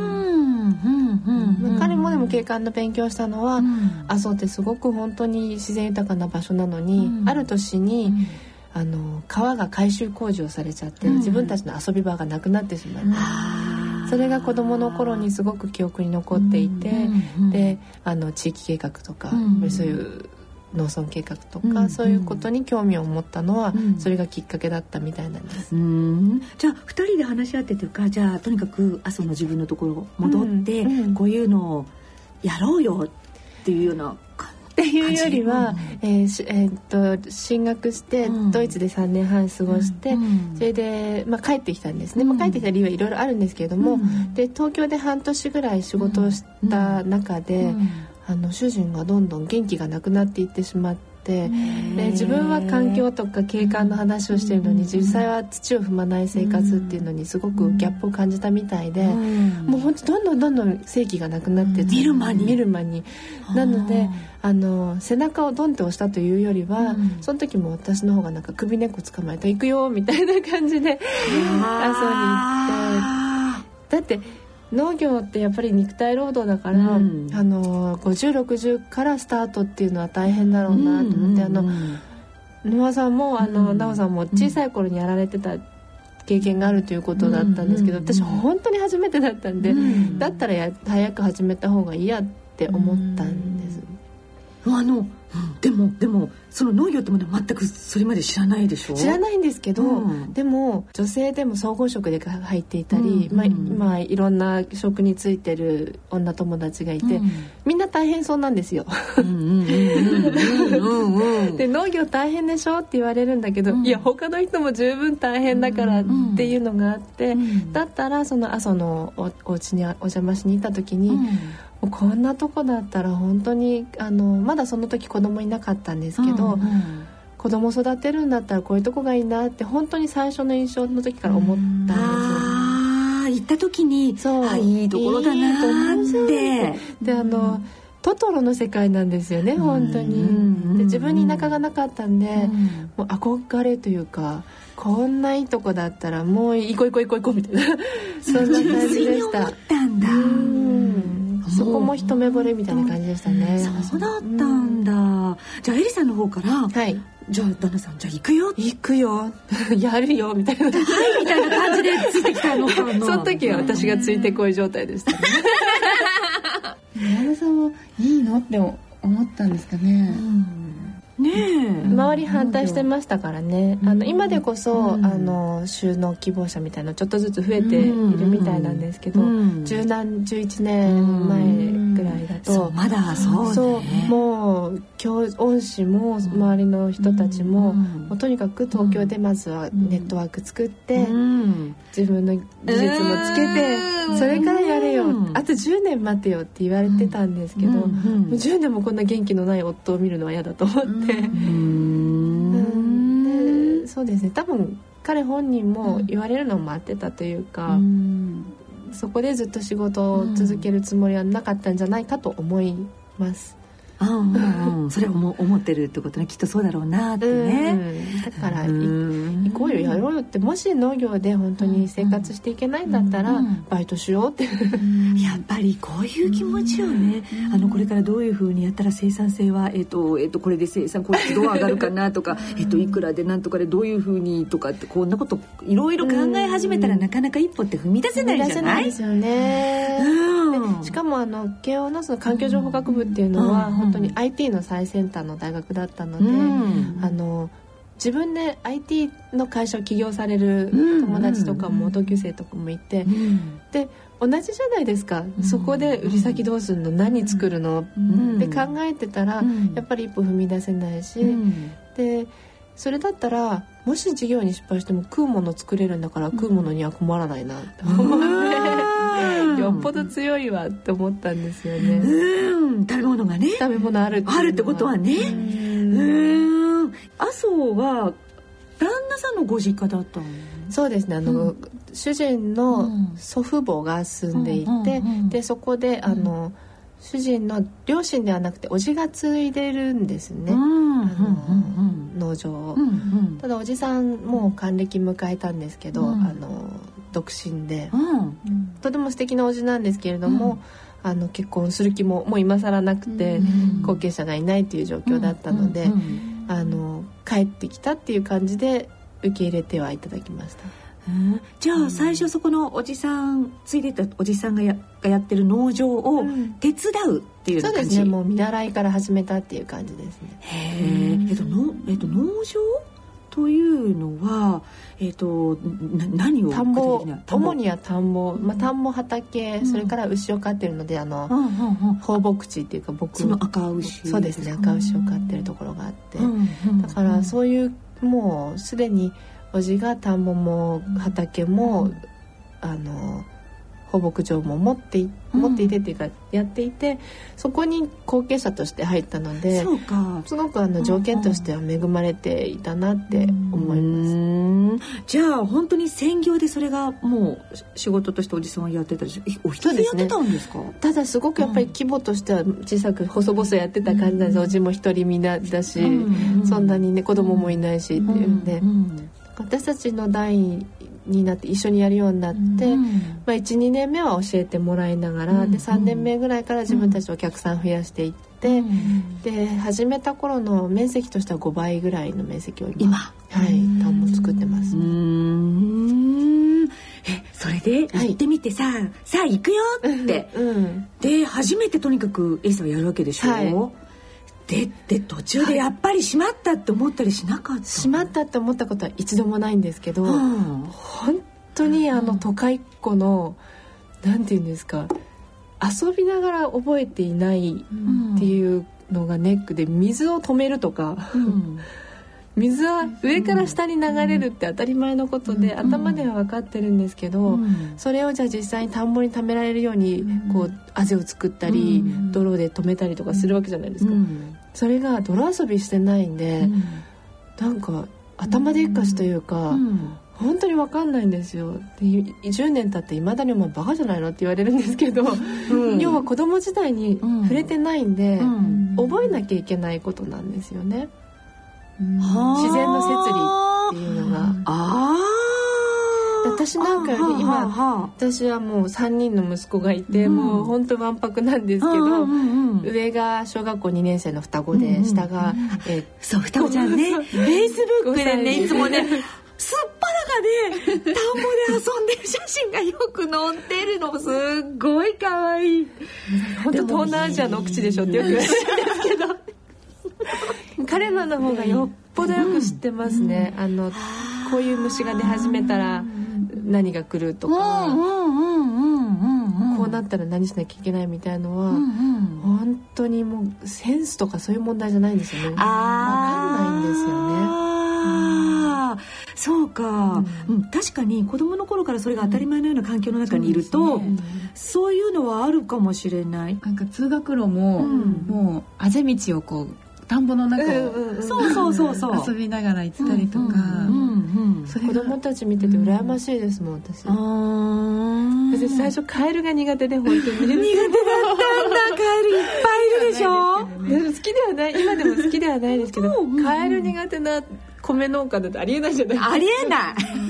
彼もでも景観の勉強したのは、阿蘇ってすごく本当に自然豊かな場所なのに、ある年に川が改修工事をされちゃって、自分たちの遊び場がなくなってしまった。それが子どもの頃にすごく記憶に残っていて、で地域計画とか、そういう農村計画とか、そういうことに興味を持ったのは、それがきっかけだったみたいなんです。 じゃあ2人で話し合ってというか、じゃあとにかく阿蘇の自分のところ戻って、こういうのをやろうよっていうようなっていうよりは、進学してドイツで3年半過ごして、それで、帰ってきたんですね。帰ってきた理由はいろいろあるんですけれども、で東京で半年ぐらい仕事をした中で、主人がどんどん元気がなくなっていってしまって、で自分は環境とか景観の話をしているのに、実際は土を踏まない生活っていうのにすごくギャップを感じたみたいで、もう本当どんどん生気がなくなって見る間になので背中をドンって押したというよりは、その時も私の方がなんか首根っこ捕まえて行くよみたいな感じで遊びに行って、だって農業ってやっぱり肉体労働だから、50、60からスタートっていうのは大変だろうなと思って、沼さんも奈緒さんも小さい頃にやられてた経験があるということだったんですけど、私本当に初めてだったんで、だったら早く始めた方がいいやって思ったんです。 でもその農業ってものは全くそれまで知らないでしょ。 知らないんですけど、でも女性でも総合職で入っていたり、いろんな職についてる女友達がいて、みんな大変そうなんですよ。で農業大変でしょって言われるんだけど、いや他の人も十分大変だからっていうのがあって、だったらその阿蘇のお家にお邪魔しに行った時に、こんなとこだったら本当にまだその時子供いなかったんですけど、子供育てるんだったらこういうとこがいいなって本当に最初の印象の時から思ったんですよ。 行った時にいいところだなって。でトトロの世界なんですよね本当に。で自分に田舎がなかったんで、もう憧れというか、こんないいとこだったらもう行こうみたいなそんな感じでした。そこも一目惚れみたいな感じでしたね。 そうだったんだ。じゃあエリさんの方から、じゃあ旦那さんじゃあ行くよやるよみたいなみたいな感じでついてきたのかな。 その時は私がついてこい状態でしたね。 旦那さんもいいのって思ったんですかね。 周り反対してましたからね。今でこそ、就農希望者みたいなのちょっとずつ増えているみたいなんですけど、11年前ぐらいだと、 まだそうね。 もう恩師も周りの人たちも、もうとにかく東京でまずはネットワーク作って、自分の技術もつけて、それからやれよ、あと10年待てよって言われてたんですけど、もう10年もこんな元気のない夫を見るのは嫌だと思って、でそうですね、多分彼本人も言われるのを待ってたというか、そこでずっと仕事を続けるつもりはなかったんじゃないかと思います。 それを思ってるってことね。きっとそうだろうなってね。 だから行こうよやろうよって、もし農業で本当に生活していけないんだったらバイトしようってやっぱりこういう気持ちよね。これからどういう風にやったら生産性はこれで生産効率どう上がるかなとかいくらでなんとかでどういう風にとかって、こんなこといろいろ考え始めたらなかなか一歩って踏み出せないじゃない。 ですよね。しかも慶応のその環境情報学部っていうのは本当に IT の最先端の大学だったので、自分で IT の会社を起業される友達とかも同級生とかもいて、で同じじゃないですか。そこで売り先どうするの、何作るのって考えてたら、やっぱり一歩踏み出せないし、でそれだったらもし事業に失敗しても食うもの作れるんだから、食うものには困らないなって思ってよっぽど強いわって思ったんですよね。 食べ物がね、 食べ物あるってことはね。阿蘇は旦那さんのご実家だったの？ そうですね。主人の祖父母が住んでいて、でそこで主人の両親ではなくておじが継いでるんですね、農場を。ただおじさんもう還暦迎えたんですけど、独身で、とても素敵なおじなんですけれども、結婚する気ももう今更なくて、後継者がいないという状況だったので、帰ってきたっていう感じで受け入れてはいただきました。 じゃあ最初そこのおじさん継いでたおじさんが やってる農場を手伝うっていう感じ？ そうですね。もう見習いから始めたっていう感じですね。 農場というのは、何を田んぼ、主には田んぼ、田んぼ畑、それから牛を飼ってるので放牧地っていうかその赤牛、 そうですね、赤牛を飼ってるところがあって、だからそういうもうすでにおじが田んぼも畑も放牧場も持っていてっていうかやっていて、そこに後継者として入ったので、 そうか、 すごく条件としては恵まれていたなって思います。 じゃあ本当に専業でそれがもう仕事としておじさんはやってたでしょ。お一人でやってたんですか？ ただすごくやっぱり規模としては小さく細々やってた感じなんです。おじも一人みんなだし、そんなにね子供もいないしっていうんで、私たちの代になって一緒にやるようになって、1,2 年目は教えてもらいながら、で3年目ぐらいから自分たちお客さん増やしていって、で始めた頃の面積としては5倍ぐらいの面積を今田んぼ作ってます。 それで行ってみてさあ行くよって、で初めてとにかくエリさんはやるわけでしょ、で途中でやっぱりしまったって思ったりしなかった？ しまったって思ったことは一度もないんですけど、本当に都会っ子のなんていうんですか、遊びながら覚えていないっていうのがネックで、水を止めるとか、水は上から下に流れるって当たり前のことで、頭では分かってるんですけど、それをじゃあ実際に田んぼに溜められるようにこうあぜを作ったり、泥で止めたりとかするわけじゃないですか。それが泥遊びしてないんで、なんか頭でっかちというか、本当に分かんないんですよ。で10年経っていまだにお前バカじゃないのって言われるんですけど、要は子供時代に触れてないんで、覚えなきゃいけないことなんですよね。自然の摂理っていうのが、私なんかより私はもう3人の息子がいて、もう本当わんぱくなんですけど、上が小学校2年生の双子で、下がそう双子ちゃんね、フェイスブックでねいつもねすっぱらかで田んぼで遊んでる写真がよく載ってるの、すっごい可愛い。 本当東南アジアの奥地でしょってよく言われるんですけど彼らの方がよっぽどよく知ってますね。こういう虫が出始めたら何が来るとか、こうなったら何しなきゃいけないみたいのは、本当にもうセンスとかそういう問題じゃないんですよね。分かんないんですよね。 そうか、確かに子供の頃からそれが当たり前のような環境の中にいると、そういうのはあるかもしれない。 なんか通学路も、もうあぜ道をこう田んぼの中を遊びながら行ったりとか、 子供たち見てて羨ましいですもん、私最初カエルが苦手で、本当に苦手だったんだ。 カエルいっぱいいるでしょ。 好きではない、今でも好きではないですけど、カエル苦手な米農家だとありえないじゃないですか。 ありえない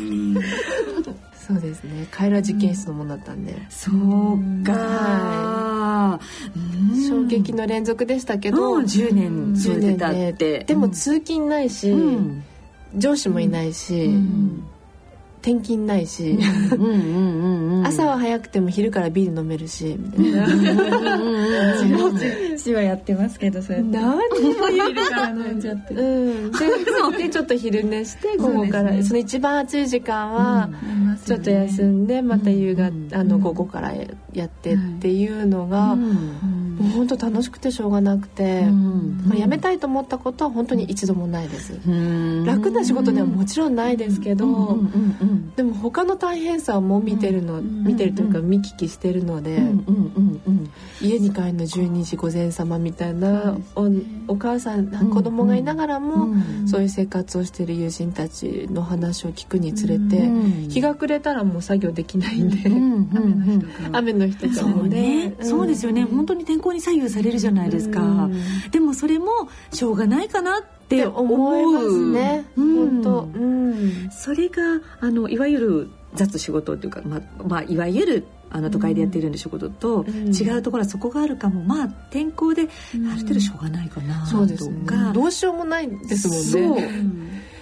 そうですね、カエルは実験室のものだったんで、 そうか、 衝撃の連続でしたけど、 10年続いたって、 でも通勤ないし、上司もいないし、転勤ないし、朝は早くても昼からビール飲めるしみたいな。 うちはやってますけど、そうやって何も昼から飲んじゃって、 でちょっと昼寝して午後から、その一番暑い時間はちょっと休んで、また夕方午後からやってっていうのが、もう本当楽しくてしょうがなくて、辞めたいと思ったことは本当に一度もないです。楽な仕事ではもちろんないですけど、でも他の大変さも見てるというか見聞きしてるので、家に帰るの12時午前様みたいな お母さん、子供がいながらもそういう生活をしている友人たちの話を聞くにつれて、日が暮れたらもう作業できないんで、雨の日とかもね、 そうですよね、本当に天候に左右されるじゃないですか。でもそれもしょうがないかなって思いますね、本当。 それがいわゆる雑仕事というか、いわゆる都会でやっているような仕事と違うところはそこがあるかも。天候である程度しょうがないかなとか、 そうですね、どうしようもないですもんね。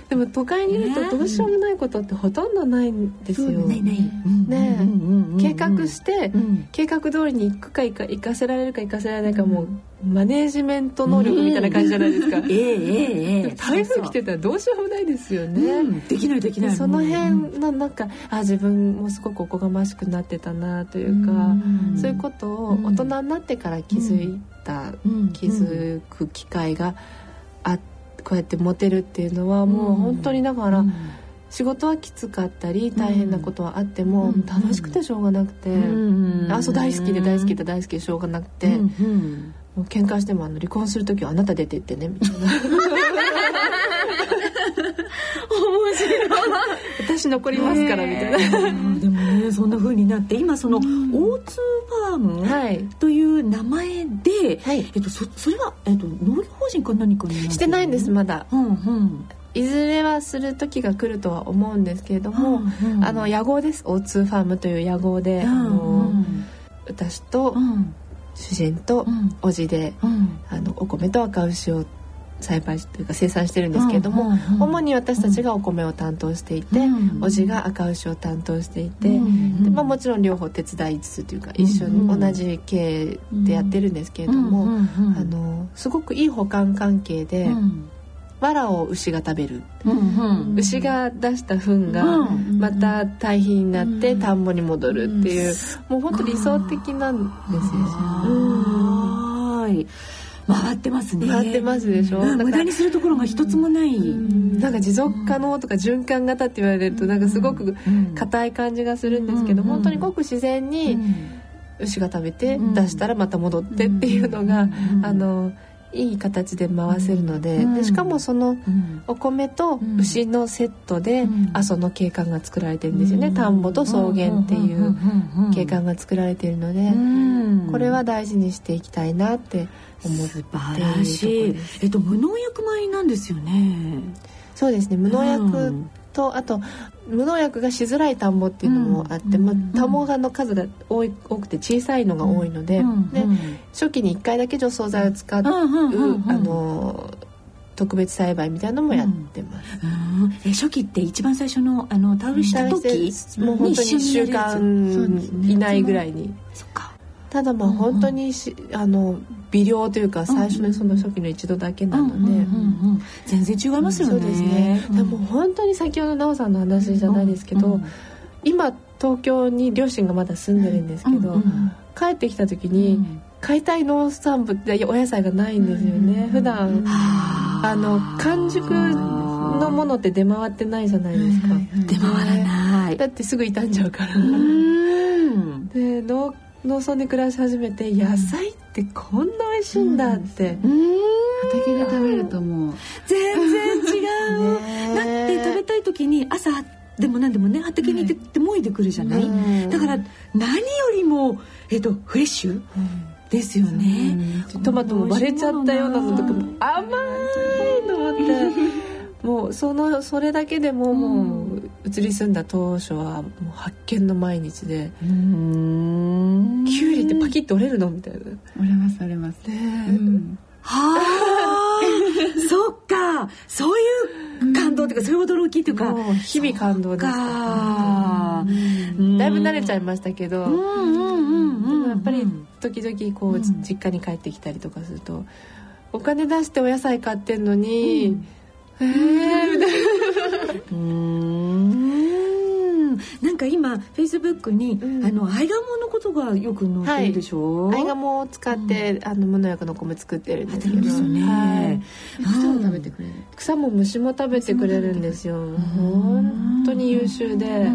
でも都会にいるとどうしようもないことってほとんどないんですよ。 ない計画して、計画通りに行くか行かせられるか行かせられないか、もうマネージメント能力みたいな感じじゃないですか。でも台風来てたらどうしようもないですよね。 できない。 その辺のなんか自分もすごくおこがましくなってたなというか、そういうことを大人になってから気づく機会がこうやって持てるっていうのは、もう本当にだから、仕事はきつかったり大変なことはあっても、楽しくてしょうがなくて、そう大好きでしょうがなくて、もう喧嘩しても離婚する時はあなた出てってねみたいな。 面白い。 私残りますからみたいな。 でもね、そんな風になって今その O2 ファームという名前で、それは農業法人か何かにしてないんですまだ。いずれはする時が来るとは思うんですけれども、屋号です。 O2 ファームという屋号で、私と主人と叔父で、お米と赤牛を栽培というか生産してるんですけれども、主に私たちがお米を担当していて、叔父が赤牛を担当していて、でもちろん両方手伝いつつというか一緒に同じ経営でやってるんですけれども、すごくいい補完関係で、藁を牛が食べる、牛が出した糞がまた堆肥になって田んぼに戻るっていう、もう本当理想的なんですよ。 回ってますね。 回ってますでしょ。 無駄にするところが一つもない。 なんか持続可能とか循環型って言われるとなんかすごく硬い感じがするんですけど、本当にごく自然に牛が食べて出したらまた戻ってっていうのがいい形で回せるので、しかもそのお米と牛のセットで阿蘇の景観が作られてるんですよね。田んぼと草原っていう景観が作られているので、これは大事にしていきたいなって思っているところです。 無農薬米なんですよね。 そうですね、無農薬と、あと無農薬がしづらい田んぼっていうのもあって、田んぼの数が多くて小さいのが多いので、初期に1回だけ除草剤を使う、特別栽培みたいなのもやってます。 初期って一番最初の田植えした時もう本当に1週間以内ぐらいに。ただ本当に微量というか最初のその初期の一度だけなので、 全然違いますよね。 そうですね。でも本当に先ほど奈緒さんの話じゃないですけど、今東京に両親がまだ住んでるんですけど、帰ってきた時に買いたい農産物ってお野菜がないんですよね。普段完熟のものって出回ってないじゃないですか。 出回らない。 だってすぐ傷んじゃうから。で農村で暮らし始めて、野菜ってこんな美味しいんだって、 畑で食べるともう全然違う。だって食べたい時に朝でも何でもね、畑に行ってもいでくるじゃない。だから何よりもフレッシュですよね。 トマトも割れちゃったようなのとかも甘いと思って。もうそれだけでももう移り住んだ当初はもう発見の毎日で、キュウリってパキッと折れるのみたいな。 折れます、 はあそっか、そういう感動というか、そういう驚きというか、 日々感動でした。だいぶ慣れちゃいましたけど、でもやっぱり時々こう実家に帰ってきたりとかすると、お金出してお野菜買ってんのに、みたいな。なんか今フェイスブックに、アイガモのことがよく載ってるでしょ。 アイガモを使って、無農薬の米作ってるんですけど、 草も食べてくれる。 草も虫も食べてくれるんですよ。本当に優秀で。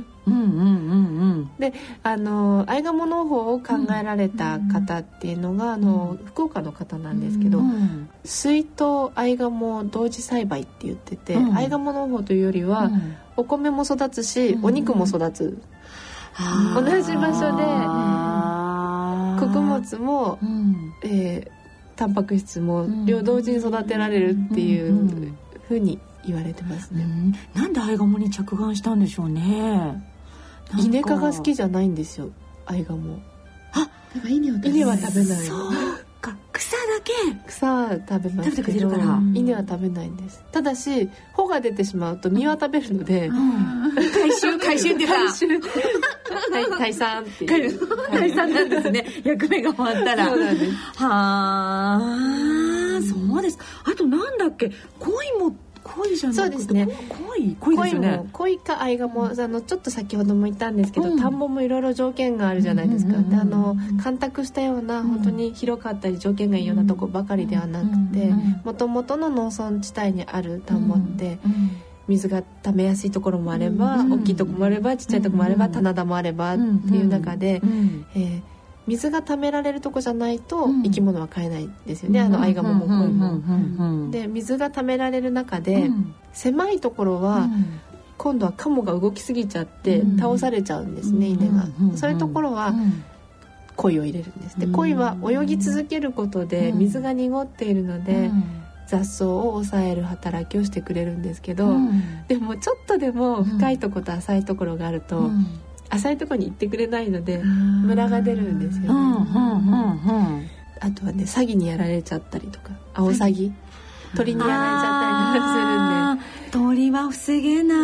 でアイガモ農法を考えられた方っていうのが、福岡の方なんですけど、水耕アイガモ同時栽培って言ってて、アイガモ農法というよりは、お米も育つし、お肉も育つ、同じ場所で穀物も、タンパク質も両同時に育てられるっていうふうに言われてますね。 なんでアイガモに着眼したんでしょうね。 イネ科が好きじゃないんですよ、アイガモ。 稲は食べない。 そうか、草だけ草は食べますけど、 食べてくれるから、 稲は食べないんです。ただし穂が出てしまうと実は食べるので、 回収って言った退散っていう、 退散なんですね。役目が終わったら。 そうなんです。 はあ、そうです。あとなんだっけ、恋じゃなくて、 そうですね、 恋ですよね。 恋か愛がもちょっと先ほども言ったんですけど、田んぼもいろいろ条件があるじゃないですか。で干拓したような本当に広かったり条件がいいようなとこばかりではなくて、もともとの農村地帯にある田んぼって水が溜めやすいところもあれば、大きいところもあればちっちゃいところもあれば、棚田もあればっていう中で、水が溜められるとこじゃないと生き物は飼えないんですよね。アイガモも恋も。で水が溜められる中で、狭いところは今度はカモが動きすぎちゃって倒されちゃうんですね、稲が。そういうところは鯉を入れるんです。で鯉は泳ぎ続けることで水が濁っているので、雑草を抑える働きをしてくれるんですけど、でもちょっとでも深いところと浅いところがあると、浅いところに行ってくれないのでムラが出るんですよね。あとはね、サギにやられちゃったりとか、アオサギ、鳥にやられちゃったりとかするんで、鳥は防げない。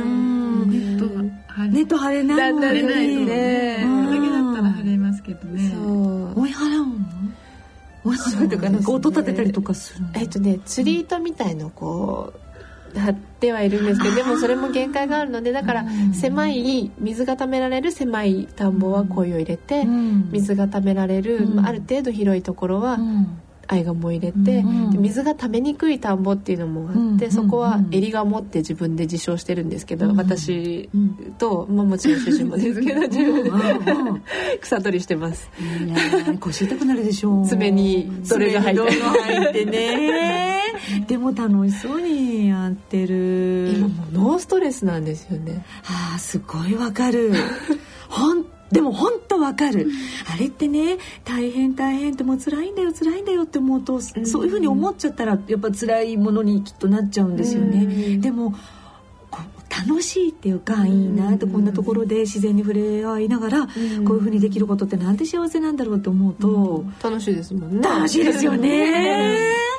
ネット張れないもんね。 これだけだったら張れますけどね。 追い払うの？追い払うとか、なんか音立てたりとかするの？ 釣り糸みたいのこう張ってはいるんですけど、でもそれも限界があるので、だから狭い水が溜められる狭い田んぼは鯉を入れて、水が溜められる、ある程度広いところはアイガモを入れて、で水が溜めにくい田んぼっていうのもあって、そこはエリガモって自分で自称してるんですけど、私と、もちろん主人もですけど自分で草取りしてます。 腰痛くなるでしょう。 爪にどれが入ってね。でも楽しそうにやってる。 今もうノーストレスなんですよね。 すごいわかる。でも本当わかる。あれってね、大変ってもう辛いんだよって思うと、そういうふうに思っちゃったらやっぱ辛いものにきっとなっちゃうんですよね。でも楽しいっていうか、いいなと、こんなところで自然に触れ合いながらこういうふうにできることってなんて幸せなんだろうと思うと、 楽しいですもんね。 楽しいですよね。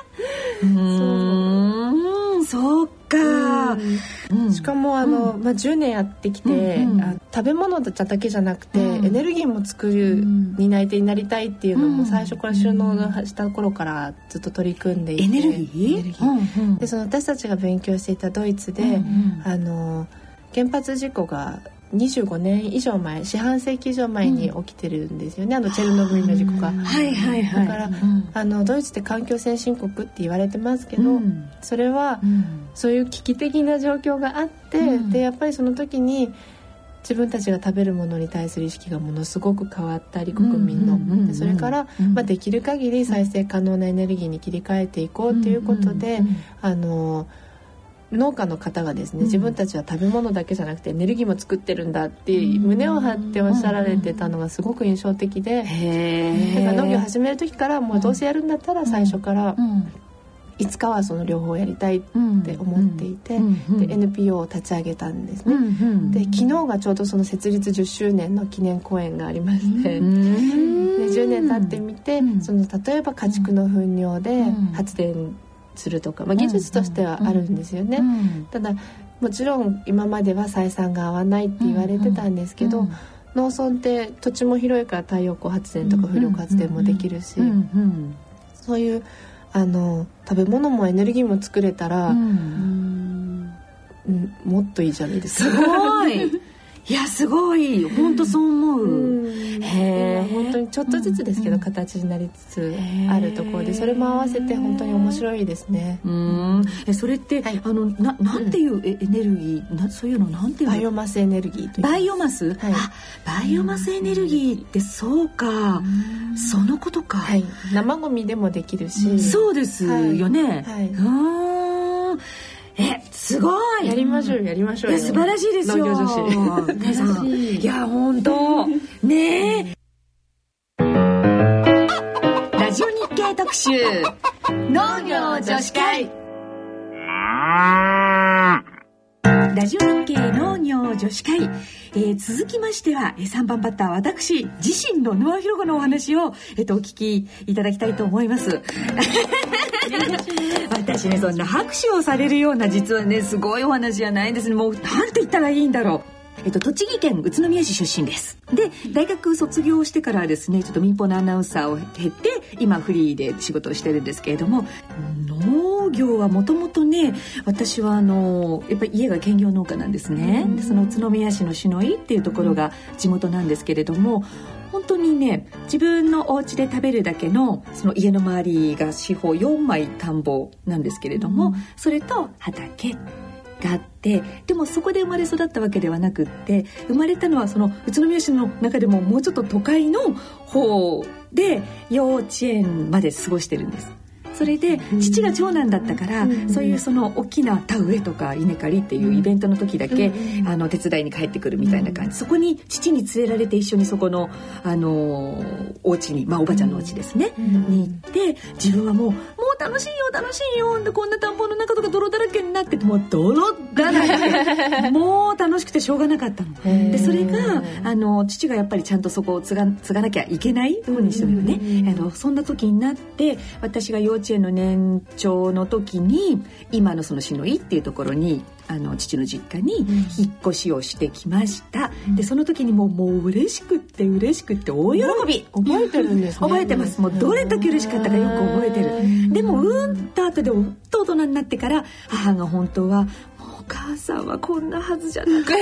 そうか。 しかも10年やってきて、食べ物だけじゃなくて、エネルギーも作る担い手になりたいっていうのも最初から収納した頃からずっと取り組んでいて、 エネルギー、 で私たちが勉強していたドイツで、原発事故が25年以上前、四半世紀以上前に起きてるんですよね、チェルノブイリの事故が。だからドイツって環境先進国って言われてますけど、それはそういう危機的な状況があって、でやっぱりその時に自分たちが食べるものに対する意識がものすごく変わったり、国民の、でそれから、できる限り再生可能なエネルギーに切り替えていこうということで、農家の方がですね、自分たちは食べ物だけじゃなくてエネルギーも作ってるんだって胸を張っておっしゃられてたのがすごく印象的で、だから農業を始める時からもうどうせやるんだったら最初からいつかはその両方やりたいって思っていて、で NPO を立ち上げたんですね。で昨日がちょうどその設立10周年の記念講演がありまして、で10年経ってみて、例えば家畜の糞尿で発電するとか、技術としてはあるんですよね。ただもちろん今までは採算が合わないって言われてたんですけど、農村って土地も広いから太陽光発電とか風力発電もできるし、そういう食べ物もエネルギーも作れたら、もっといいじゃないですか。 すごいいやすごい、本当そう思う。 本当にちょっとずつですけど形になりつつあるところで、それも合わせて本当に面白いですね。 それって、なんていうエネルギー、そういうのなんていうの？ バイオマスエネルギーという。 バイオマス？バイオマスエネルギーってそうか、そのことか。 生ゴミでもできるし。 そうですよね。すごい。 やりましょう。 素晴らしいですよ。 農業女子。 いや本当ね。ラジオ日経特集農業女子会。ララジオ日経農業女子会、続きましては3番バッター私自身の沼ひろ子のお話を、お聞きいただきたいと思います私ね、そんな拍手をされるような実はねすごいお話じゃないんですね。もうなんて言ったらいいんだろう。栃木県宇都宮市出身です。で、大学卒業してからはですね、ちょっと民放のアナウンサーを経て今フリーで仕事をしてるんですけれども、農業はもともとね、私はやっぱり家が兼業農家なんですね。でその宇都宮市の篠井っていうところが地元なんですけれども、本当にね、自分のお家で食べるだけのその家の周りが四方4枚田んぼなんですけれども、それと畑があって、でもそこで生まれ育ったわけではなくって、生まれたのはその宇都宮市の中でももうちょっと都会の方で幼稚園まで過ごしてるんです。それで父が長男だったから、そういうその大きな田植えとか稲刈りっていうイベントの時だけ手伝いに帰ってくるみたいな感じ、そこに父に連れられて一緒にそこのお家に、おばちゃんのお家ですね、に行って、自分はもう楽しいよ楽しいよ、でこんな田んぼの中とか泥だらけになってて、もう泥だらけもう楽しくてしょうがなかったので、それが父がやっぱりちゃんとそこを継がなきゃいけないようにしてるのね、そんな時になって、私が幼稚園の年長の時に今のその篠井っていうところに父の実家に引っ越しをしてきました。でその時にもう嬉しくって大喜び。 覚えてるんですね。 覚えてます。もうどれだけ嬉しかったかよく覚えてる。でもと後で大人になってから母が本当はお母さんはこんなはずじゃなか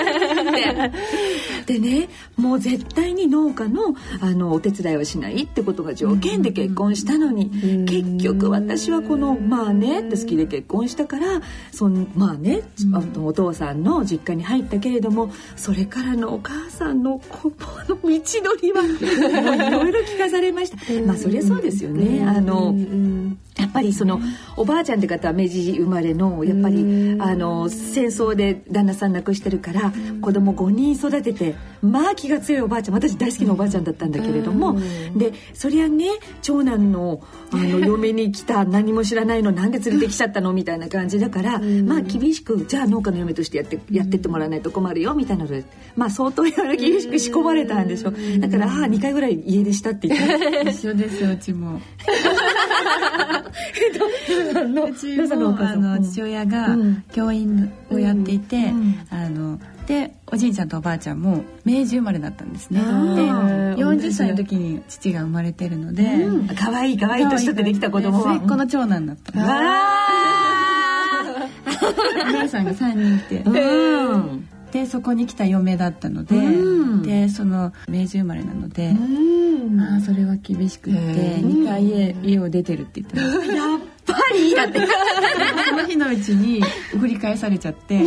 ったでね、もう絶対に農家のお手伝いをしないってことが条件で結婚したのに、結局私はこのって好きで結婚したから、お父さんの実家に入ったけれども、それからのお母さんの道のりはいろいろ聞かされました。そりゃそうですよね。やっぱりそのおばあちゃんって方は明治生まれの、やっぱり戦争で旦那さん亡くしてるから子供5人育てて、気が強いおばあちゃん、私大好きなおばあちゃんだったんだけれども、でそりゃね、長男の嫁に来た何も知らないのなんで連れてきちゃったのみたいな感じだから、厳しく、じゃあ農家の嫁としてやってってもらわないと困るよみたいなので、相当いろいろ厳しく仕込まれたんでしょ。だから2回ぐらい家出したって言って一緒ですよ、うちもうちも父親が教員をやっていて、でおじいちゃんとおばあちゃんも明治生まれだったんですね。で40歳の時に父が生まれてるので、 可愛い年取ってできた子供は末っ子の長男だったお姉さんが3人いて、でそこに来た嫁だったので、でその明治生まれなので、それは厳しくって2回家を出てるって言ってました。 やっぱりだってその日のうちに振り返されちゃって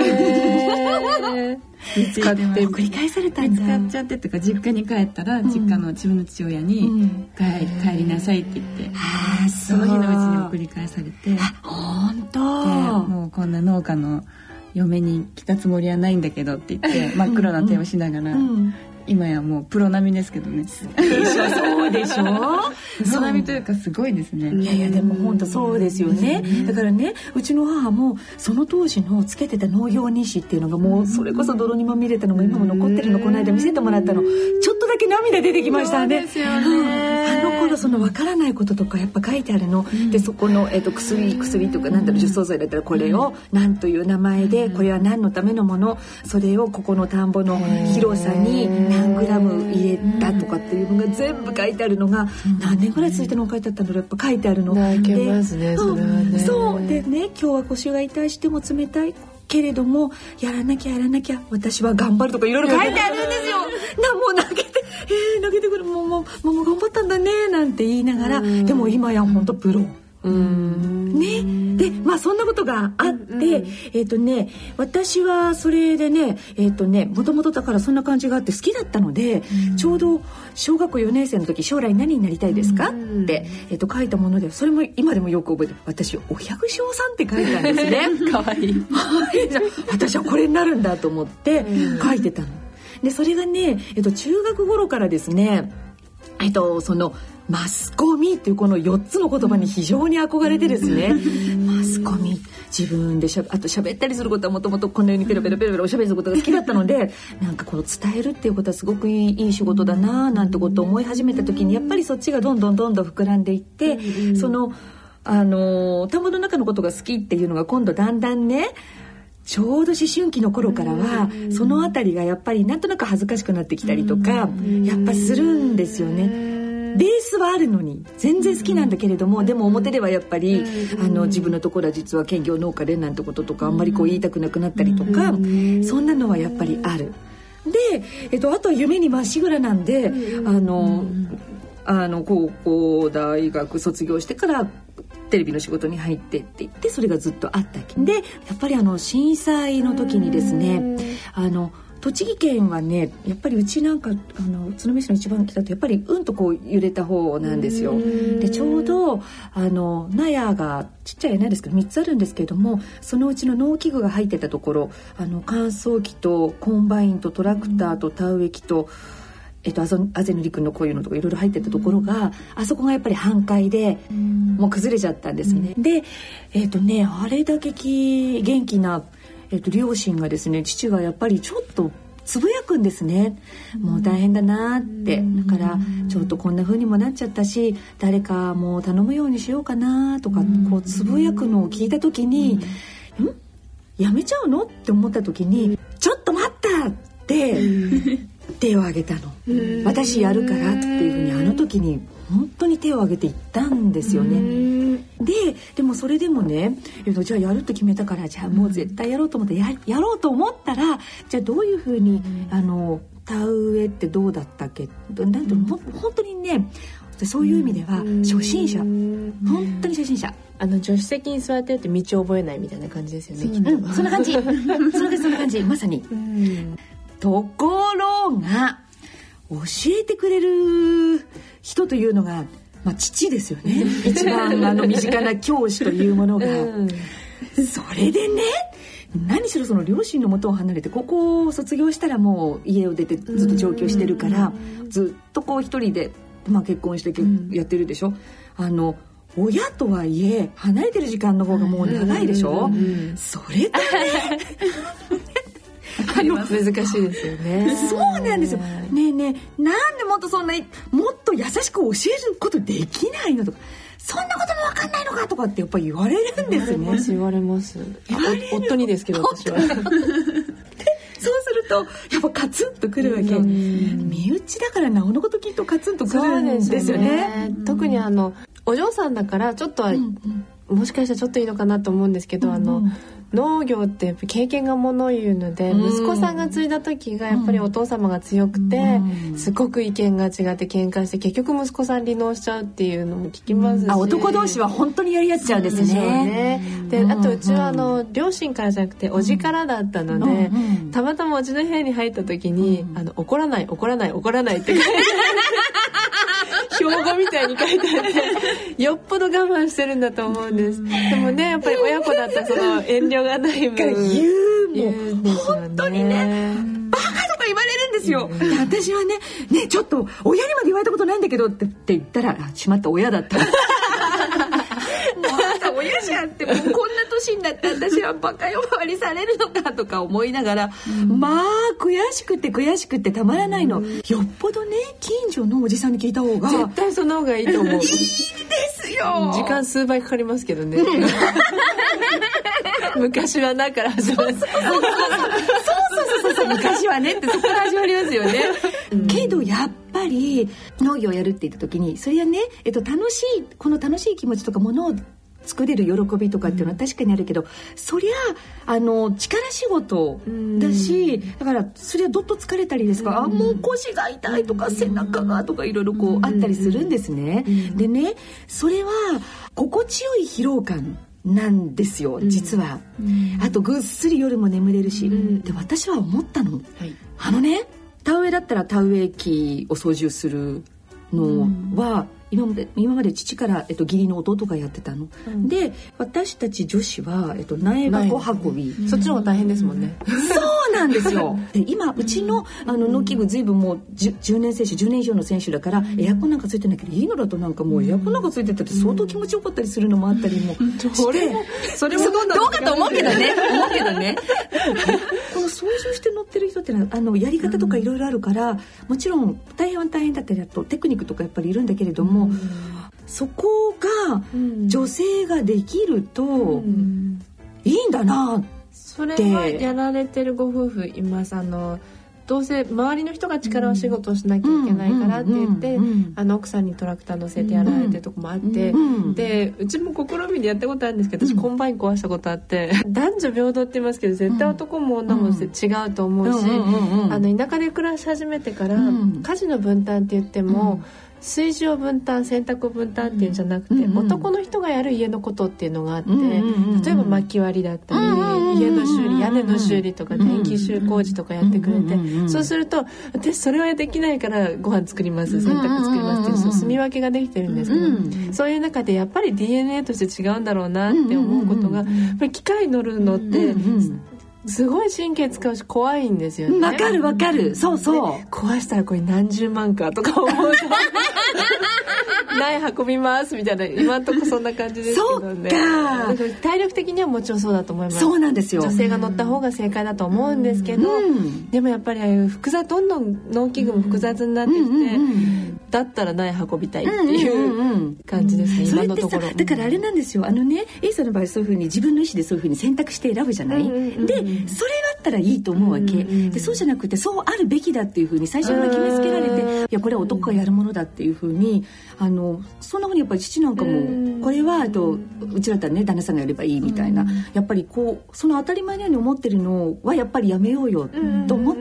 繰り返されたんだ。 見つかっちゃってとか、実家に帰ったら実家の自分の父親に帰りなさいって言って、その日のうちに送り返されて、 本当もうこんな農家の嫁に来たつもりはないんだけどって言って真っ黒な手をしながら、今やもうプロ並みですけどね。 そうでしょプロ並みというかすごいですね。 いやでも本当そうですよね。だからね、うちの母もその当時のつけてた農業日誌っていうのがもうそれこそ泥にまみれたのも今も残ってるの。この間見せてもらったの、ちょっとだけ涙出てきましたね。 そうですよね。 頃その分からないこととかやっぱ書いてあるので、そこの、薬とか除草剤だったらこれを何という名前で、これは何のためのもの、それをここの田んぼの広さに何グラム入れたとかっていうのが全部書いてあるのが、何年ぐらい続いての書いてあったんだろう、やっぱ書いてあるの泣けますね、それはね。 そうでね、今日は腰が痛いしても冷たいけれどもやらなきゃ私は頑張るとかいろいろ書いてあるんですよ。もう泣けてくる、もう頑張ったんだねなんて言いながら、でも今や本当プロね。でそんなことがあって、私はそれでねもともとだからそんな感じがあって好きだったので、ちょうど小学校4年生の時将来何になりたいですかって、書いたもので、それも今でもよく覚えてる。私お百姓さんって書いたんですね。かわいい私はこれになるんだと思って書いてたので、それがね、中学頃からですね、そのマスコミっていうこの4つの言葉に非常に憧れてですね、マスコミ自分であと喋ったりすることはもともとこのようにペロペロペロペロおしゃべりすることが好きだったのでなんかこの伝えるっていうことはすごくいい仕事だななんてことを思い始めた時にやっぱりそっちがどんどん膨らんでいって、その田んぼの中のことが好きっていうのが今度だんだんねちょうど思春期の頃からはそのあたりがやっぱりなんとなく恥ずかしくなってきたりとかやっぱするんですよね。ベースはあるのに全然好きなんだけれども、でも表ではやっぱり自分のところは実は兼業農家でなんてこととかあんまりこう言いたくなくなったりとか、そんなのはやっぱりある。で、あとは夢にまっしぐらなんで高校大学卒業してからテレビの仕事に入ってって言ってそれがずっとあったわけで、やっぱり震災の時にですね栃木県はねやっぱりうちなんか宇都宮市の一番北とやっぱりうんとこう揺れた方なんですよ。でちょうど納屋がちっちゃい苗ですけど3つあるんですけれども、そのうちの農機具が入ってたところ乾燥機とコンバインとトラクターと田植え機とあぜのりくんのこういうのとかいろいろ入ってたところがあそこがやっぱり半壊でもう崩れちゃったんですね。であれだけ元気な両親がですね、父がやっぱりちょっとつぶやくんですね。もう大変だなって、だからちょっとこんな風にもなっちゃったし誰かもう頼むようにしようかなとかこうつぶやくのを聞いた時にやめちゃうのって思った時にちょっと待ったって手を挙げたの。私やるからっていう風にあの時に本当に手を挙げて言ったんですよね。でもそれでもね、じゃあやるって決めたからじゃあもう絶対やろうと思って やろうと思ったらじゃあどういうふうに田植えってどうだったっけなんて本当にねそういう意味では初心者本当に初心者助手席に座ってるって道を覚えないみたいな感じですよね。 そんな感じそんな感じまさに。ところが教えてくれる人というのが父ですよね。一番身近な教師というものが、それでね何しろその両親の元を離れて高校を卒業したらもう家を出てずっと上京してるからずっとこう一人で、結婚してやってるでしょ。親とはいえ離れてる時間の方がもう長いでしょ。それとね難しいですよね。 そうなんですよ。ねえなんでもっともっと優しく教えることできないのとか、そんなことも分かんないのかとかってやっぱり言われるんですね。 言われます夫にですけど私はそうするとやっぱカツンとくるわけ。身内だからなおのこときっとカツンとくるんですよね。 特にお嬢さんだからちょっとは、もしかしたらちょっといいのかなと思うんですけど、農業ってやっぱ経験がものを言うので、息子さんが継いだ時がやっぱりお父様が強くて、すごく意見が違って喧嘩して結局息子さん離農しちゃうっていうのも聞きますし、 男同士は本当にやり合っちゃうんですね。 であとうちは両親からじゃなくておじからだったので、たまたまおじの部屋に入った時に怒らないって書いてあって標語みたいに書いてあってよっぽど我慢してるんだと思うんです。でもねやっぱり親子だったらその遠慮がない分言う本当にねバカとか言われるんですよ。私はねちょっと親にまで言われたことないんだけどって言ったらしまった親だった親じゃんってもうこんな年になって私はバカ呼ばわりされるのかとか思いながら、悔しくてたまらないの。よっぽどね近所のおじさんに聞いた方が絶対その方がいいと思う。いいですよ。 時間数倍かかりますけどね昔はだから始まるそう昔はねってそこから始まりますよねけどやっぱり農業をやるって言った時にそれはね、この楽しい気持ちとかものを作れる喜びとかっていうのは確かにあるけど、そりゃ力仕事だし、だからそりゃどっと疲れたりですか、もう腰が痛いとか背中がとかいろいろこうあったりするんですね。でねそれは心地よい疲労感なんですよ実は。あとぐっすり夜も眠れるし、で私は思ったの、田植えだったら田植え機を操縦するのは、今まで父から、義理の弟がやってたの、で私たち女子は、苗箱運び、 そっちの方が大変ですもんね。 そうそうなんですよ。で今うちの農機具ずいぶんもう 10年選手10年以上の選手だからエアコンなんかついてないけどいいのだとなんかもうエアコンなんかついてたって相当気持ちよかったりするのもあったりもしてそれもどうかと思うけどねこの操縦して乗ってる人ってのはやり方とかいろいろあるから、もちろん大変だったりあとテクニックとかやっぱりいるんだけれども、そこが女性ができるといいんだなって。 それはやられてるご夫婦います。どうせ周りの人が力を仕事をしなきゃいけないからって言って、奥さんにトラクター乗せてやられてるとこもあって、でうちも試みでやったことあるんですけど、私コンバイン壊したことあって、男女平等って言いますけど絶対男も女も違うと思うし、田舎で暮らし始めてから、家事の分担って言っても、炊事を分担洗濯を分担っていうんじゃなくて、男の人がやる家のことっていうのがあって、例えば薪割りだったり、家の修理屋根の修理とか電気工事とかやってくれて、そうすると私それはできないからご飯作ります洗濯作りますっていう住み分けができてるんですけど、そういう中でやっぱり DNA として違うんだろうなって思うことが、やっぱり機械乗るのってすごい神経使うし怖いんですよね。 わかるそう壊したらこれ何十万かとか思うと苗運びますみたいな、今んとこそんな感じですけどね。体力的にはもちろんそうだと思います。 そうなんですよ。 女性が乗った方が正解だと思うんですけど、でもやっぱりああいうどんどん農機具も複雑になってきて、だったら苗運びたいっていう感じですね、今のところ。 だからあれなんですよ、A さんの場合そういうふうに自分の意思でそういうふうに選択して選ぶじゃない、でそれだったらいいと思うわけ、でそうじゃなくてそうあるべきだっていうふうに最初から決めつけられて、いやこれは男がやるものだっていうふうにそんなふうにやっぱり父なんかもこれはうちだったらね旦那さんがやればいいみたいな、やっぱりその当たり前のように思ってるのはやっぱりやめようよと思って、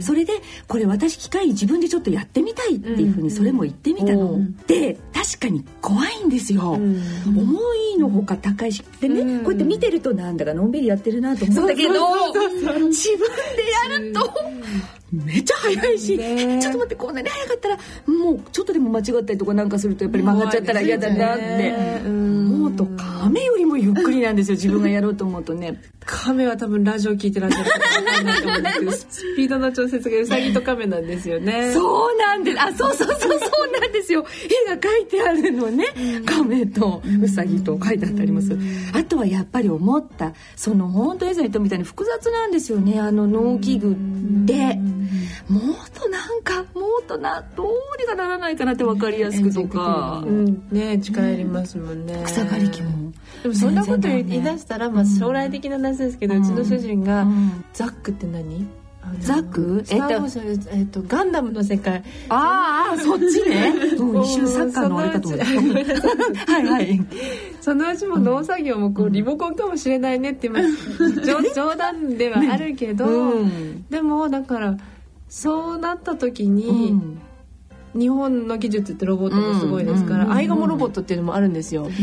それでこれ私機械自分でちょっとやってみたいっていうふうにそれも言ってみたので、確かに怖いんですよ、思いのほか高いしでね、こうやって見てるとなんだかのんびりやってるなと思うんだけど、自分でやるとめっちゃ早いし、ちょっと待ってこんなに早かったらもうちょっとでも間違ったりとかなんかするとやっぱり曲がっちゃったら嫌だなって思うと、亀よりもゆっくりなんですよ自分がやろうと思うとね。 亀は多分ラジオ聞いてらっしゃる方分かんないと思うんですけど、スピードの調節がウサギと亀なんですよね。 そうなんです。そうなんですよ。絵が描いてあるのね、亀とウサギと書いてあったります。あとはやっぱり思った本当にエイさん言ったみたいに複雑なんですよね、農機具ってもっとどうにかならないかなって分かりやすくとか、 力いりますもんね。 草刈り機もでもそんなこと言い出したら、将来的な話ですけど、うちの主人がザックって何？ ザック？ ガンダムの世界。 そっちね。一瞬サッカーのあれかと思った。はい。 そのうちも農作業もリモコンかもしれないねって冗談ではあるけど、でもだからそうなった時に、日本の技術ってロボットもすごいですから、アイガモロボットっていうのもあるんですよ。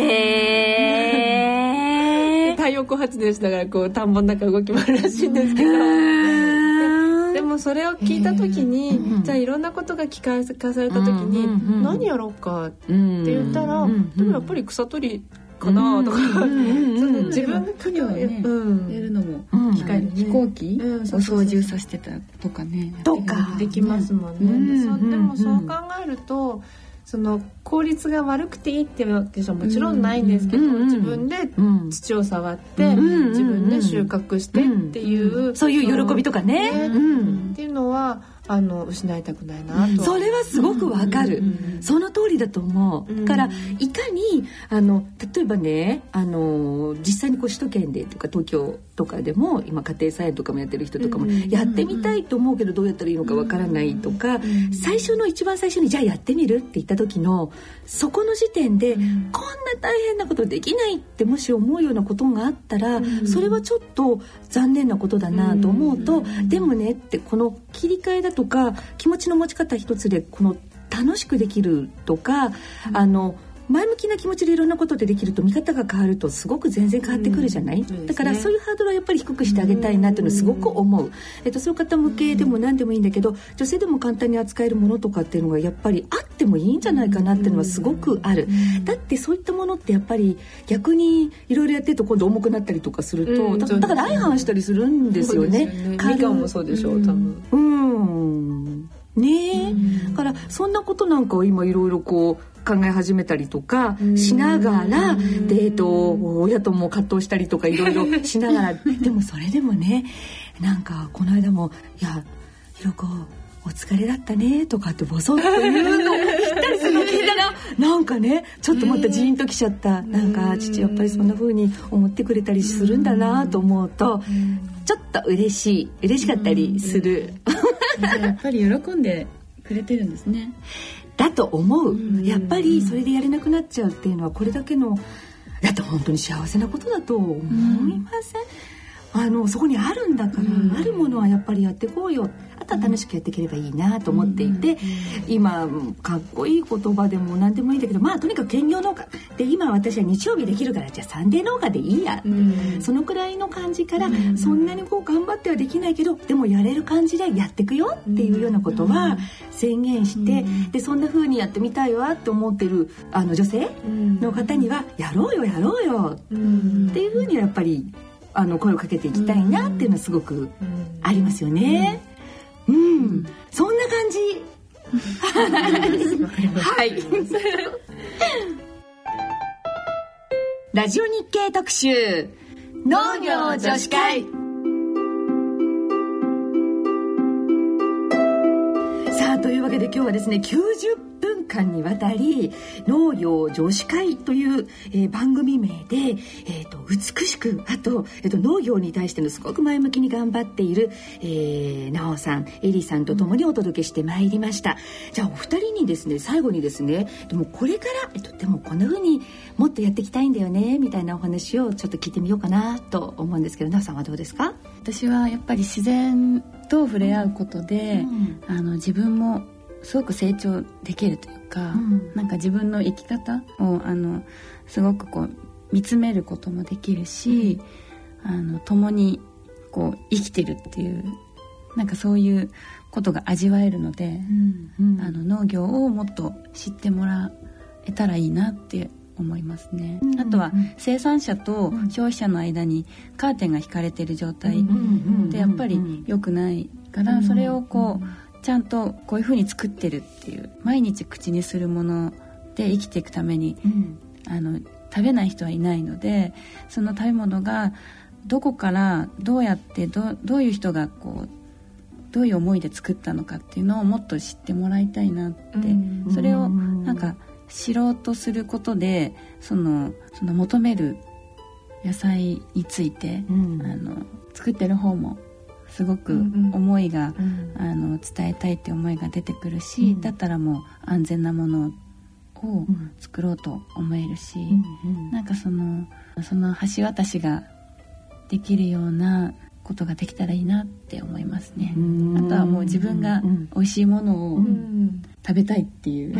太陽光発電しながら田んぼの中動き回るらしいんですけど、でもそれを聞いた時に、じゃあいろんなことが機械化された時に、何やろうかって言ったら、でもやっぱり草取りかなとか、自分の国はね、やるのも機械の飛行機を操縦させてたとかね、 とかできますもんね。でもそう考えると効率が悪くていいっていうわけじゃもちろんないんですけど、自分で土を触って、自分で収穫してっていう、 そういう喜びとかね、 っていうのは失いたくないなと。 それはすごくわかる、その通りだと思う、からいかに例えばね実際に首都圏でとか東京とかでも今家庭菜園とかもやってる人とかもやってみたいと思うけどどうやったらいいのかわからないとか、一番最初にじゃあやってみるって言った時のそこの時点で、こんな大変なことできないってもし思うようなことがあったら、それはちょっと残念なことだなと思うと、でもねってこの切り替えだとか気持ちの持ち方一つで楽しくできるとか、も前向きな気持ちでいろんなことでできると見方が変わるとすごく全然変わってくるじゃない、だからそういうハードルはやっぱり低くしてあげたいなっていうのをすごく思う、そういう方向けでも何でもいいんだけど、女性でも簡単に扱えるものとかっていうのがやっぱりあってもいいんじゃないかなっていうのはすごくある。だってそういったものってやっぱり逆にいろいろやってると今度重くなったりとかすると、だから相反したりするんですよね。 みかんもそうでしょう、多分。 ねえ、だからそんなことなんかを今いろいろこう考え始めたりとかしながら、親とも葛藤したりとかいろいろしながらでもそれでもね、なんかこの間も「いやひろこお疲れだったね」とかってボソッと言うのを言ったりするの聞いたらなんかねちょっとまたジーンときちゃった。なんか父やっぱりそんな風に思ってくれたりするんだなと思うとちょっと嬉しかったりする。 やっぱり喜んでくれてるんですね。 だと思う。やっぱりそれでやれなくなっちゃうっていうのはこれだけのだって本当に幸せなことだと思いません？そこにあるんだから、あるものはやっぱりやっていこうよ。あとは楽しくやっていければいいなと思っていて、今かっこいい言葉でも何でもいいんだけど、まあとにかく兼業農家で、今私は日曜日できるからじゃあサンデー農家でいいや、そのくらいの感じから、そんなにこう頑張ってはできないけどでもやれる感じでやっていくよっていうようなことは宣言して、でそんな風にやってみたいわって思ってる女性の方にはやろうよっていう風にやっぱり声をかけていきたいなっていうのはすごくありますよね。そんな感じ。はい。ラジオ日経特集農業女子会。さあというわけで今日はですね90分間にわたり農業女子会という、番組名で、美しくあと、農業に対してのすごく前向きに頑張っている、なおさんエリさんとともにお届けしてまいりました。じゃあお二人にですね最後にですねでもこれから、でもこんな風にもっとやっていきたいんだよねみたいなお話をちょっと聞いてみようかなと思うんですけど、なおさんはどうですか？ 私はやっぱり自然と触れ合うことで、自分もすごく成長できるというか、なんか自分の生き方をすごくこう見つめることもできるし、共にこう生きてるっていうなんかそういうことが味わえるので、農業をもっと知ってもらえたらいいなって思いますね。あとは生産者と消費者の間にカーテンが引かれている状態ってやっぱり良くないから、それをこうちゃんとこういう風に作ってるっていう毎日口にするもので生きていくために、食べない人はいないので、その食べ物がどこからどうやってどういう人がこうどういう思いで作ったのかっていうのをもっと知ってもらいたいなって、それをなんか知ろうとすることでその求める野菜について、作ってる方もすごく思いが、伝えたいって思いが出てくるし、だったらもう安全なものを作ろうと思えるし、なんかその橋渡しができるようなことができたらいいなって思いますね。あとはもう自分が美味しいものを食べたいっていう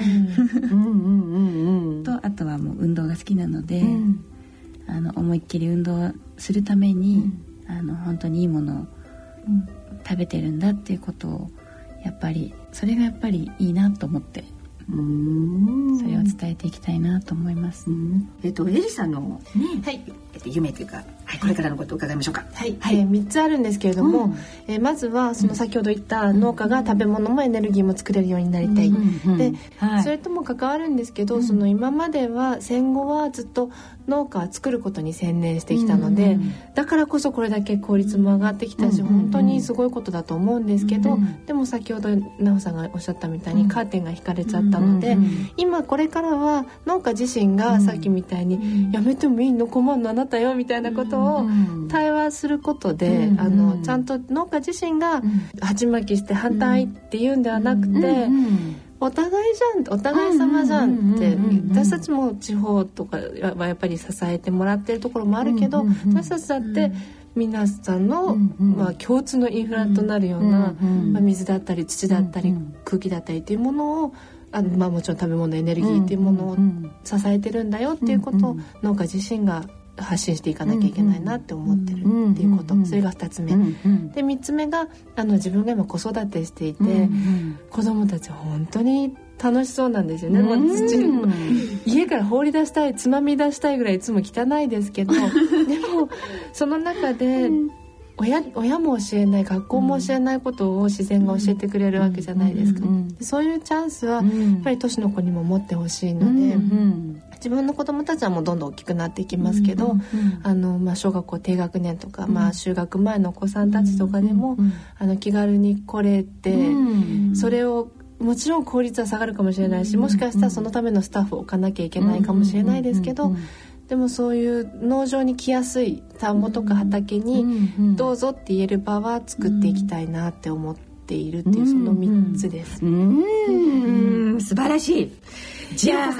と、あとはもう運動が好きなので、思いっきり運動するために、本当にいいものを食べてるんだっていうことをやっぱりそれがやっぱりいいなと思って、それを伝えていきたいなと思います。 エリさんの、夢というか、これからのことを伺いましょうか。 3つあるんですけれども、まずはその先ほど言った農家が食べ物もエネルギーも作れるようになりたい、で、それとも関わるんですけど、その今までは戦後はずっと農家は作ることに専念してきたので、だからこそこれだけ効率も上がってきたし、本当にすごいことだと思うんですけど、でも先ほどなおさんがおっしゃったみたいにカーテンが引かれちゃったので、今これからは農家自身がさっきみたいにやめてもいいの困るのあなたよみたいなことを対話することで、ちゃんと農家自身が鉢巻きして反対っていうんではなくて、お互いじゃん、お互い様じゃんって、私たちも地方とかはやっぱり支えてもらってるところもあるけど、私たちだって皆さんの、共通のインフラとなるような、水だったり土だったり空気だったりっていうものをもちろん食べ物エネルギーっていうものを支えてるんだよっていうことを農家自身が発信していかなきゃいけないなって思ってるっていうこと、それが2つ目、で3つ目が自分が今子育てしていて、子供たちは本当に楽しそうなんですよね、もう家から放り出したい、つまみ出したいぐらいいつも汚いですけどでもその中で親も教えない、学校も教えないことを自然が教えてくれるわけじゃないですか、そういうチャンスはやっぱり都市の子にも持ってほしいので、自分の子供たちはもうどんどん大きくなっていきますけど、小学校低学年とか、就学前のお子さんたちとかでも、気軽に来れて、それをもちろん効率は下がるかもしれないし、もしかしたらそのためのスタッフを置かなきゃいけないかもしれないですけど、でもそういう農場に来やすい田んぼとか畑にどうぞって言える場は作っていきたいなって思っているっていう、その3つです。 素晴らしい。じゃあ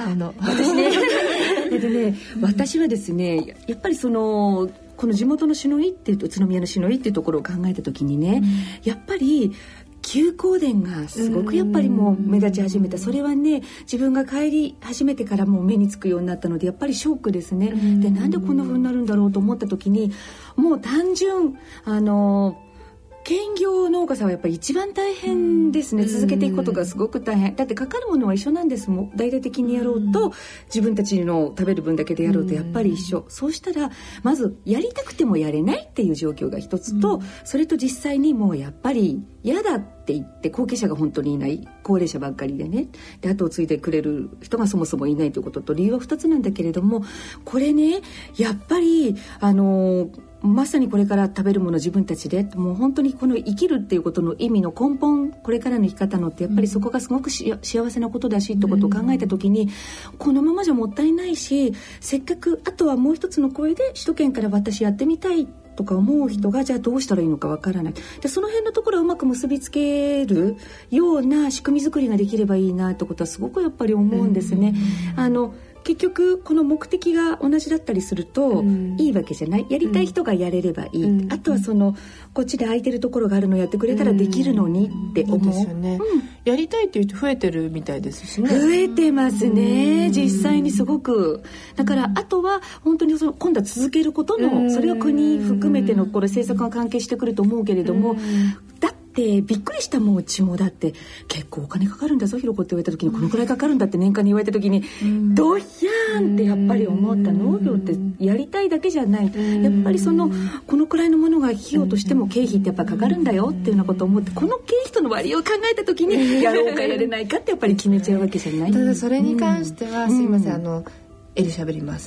私はですね、やっぱりこの地元の篠井っていうと、宇都宮の篠井っていうところを考えた時にね、やっぱり休耕田がすごくやっぱりもう目立ち始めた。それはね、自分が帰り始めてからもう目につくようになったので、やっぱりショックですね。で、なんでこんな風になるんだろうと思った時に、もう単純兼業農家さんはやっぱり一番大変ですね。続けていくことがすごく大変。だってかかるものは一緒なんですもん。大々的にやろうと、自分たちの食べる分だけでやろうとやっぱり一緒。そうしたらまずやりたくてもやれないっていう状況が一つと、それと実際にもうやっぱり嫌だって言って後継者が本当にいない、高齢者ばっかりでね、で後を継いでくれる人がそもそもいないということと、理由は2つなんだけれども、これね、やっぱりまさにこれから食べるもの自分たちで、もう本当にこの生きるっていうことの意味の根本、これからの生き方のってやっぱりそこがすごく幸せなことだしってことを考えた時に、このままじゃもったいないし、せっかくあとはもう一つの声で首都圏から私やってみたいとか思う人が、じゃあどうしたらいいのかわからない。で、その辺のところをうまく結びつけるような仕組み作りができればいいなってことはすごくやっぱり思うんですね。結局この目的が同じだったりするといいわけじゃない。やりたい人がやれればいい、あとはこっちで空いてるところがあるのをやってくれたらできるのにって思う、 ですよね。やりたいっていう人増えてるみたいですしね。 増えてますね、実際にすごく。だからあとは本当に今度は続けることの、それは国含めてのこれ政策が関係してくると思うけれども、だってびっくりしたもん。うちもだって結構お金かかるんだぞひろこって言われた時に、このくらいかかるんだって年間に言われた時に、どひゃーんってやっぱり思った。農業ってやりたいだけじゃない、やっぱりこのくらいのものが費用としても経費ってやっぱかかるんだよっていうようなことを思って、この経費との割合を考えた時にやろうかやれないかってやっぱり決めちゃうわけじゃない。 ただそれに関しては、すいません、エリ喋ります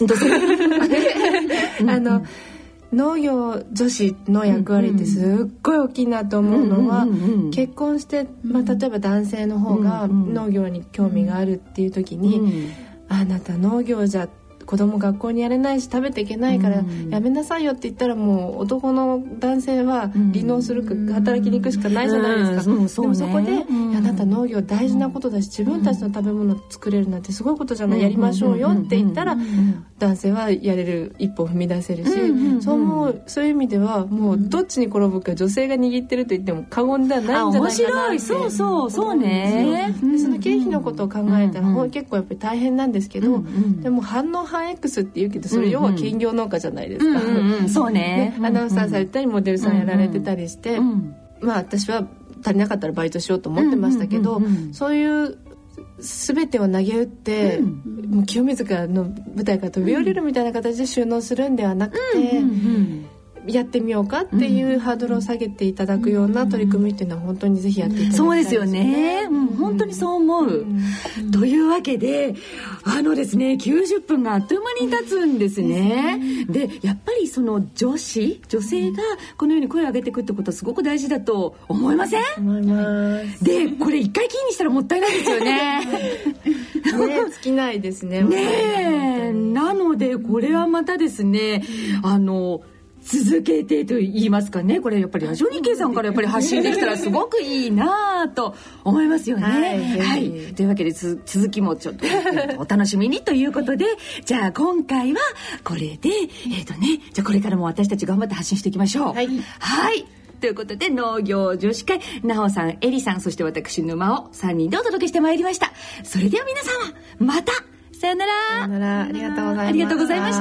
農業女子の役割ってすっごい大きいなと思うのは、結婚して、例えば男性の方が農業に興味があるっていう時に、あなた農業じゃ子供学校にやれないし食べていけないからやめなさいよって言ったら、もう男の男性は離農するか働きに行くしかないじゃないですか。でもそこで、あなた農業大事なことだし、自分たちの食べ物を作れるなんてすごいことじゃない、やりましょうよって言ったら、男性はやれる、一歩踏み出せるし、そういう意味ではもうどっちに転ぶか女性が握ってると言っても過言ではないんじゃないかなって。 面白い。そうね。 でその経費のことを考えたら、結構やっぱり大変なんですけど、でも反X って言うけど、それ要は兼業農家じゃないですか。 そうね。 アナウンサーされたりモデルさんやられてたりして、私は足りなかったらバイトしようと思ってましたけど、そういう全てを投げ打って、もう清水からの舞台から飛び降りるみたいな形で収納するんではなくて、やってみようかっていうハードルを下げていただくような取り組みっていうのは本当にぜひやっていただきたいですね。 そうですよね、本当にそう思う、というわけでですね、90分があっという間に経つんですね。でやっぱり女性がこのように声を上げていくってことはすごく大事だと思いません？ 思います。 でこれ一回きりにしたらもったいないですよね。 尽きないですね。 なのでこれはまたですね、続けてと言いますかね、これやっぱりラジオ日経さんからやっぱり発信できたらすごくいいなと思いますよね。はい、というわけで続きもちょっとお楽しみにということで、じゃあ今回はこれでじゃあこれからも私たち頑張って発信していきましょう。はい、 ということで農業女子会、なおさん、えりさん、そして私沼を3人でお届けしてまいりました。それでは皆様またさよなら。 さよなら。ありがとうございました。 ありがとうございました。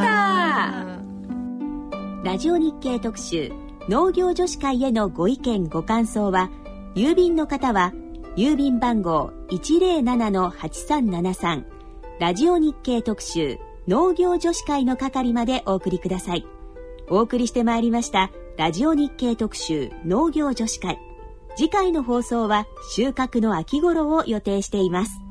ラジオ日経特集農業女子会へのご意見ご感想は、郵便の方は郵便番号 107-8373 ラジオ日経特集農業女子会の係までお送りください。お送りしてまいりましたラジオ日経特集農業女子会。次回の放送は収穫の秋頃を予定しています。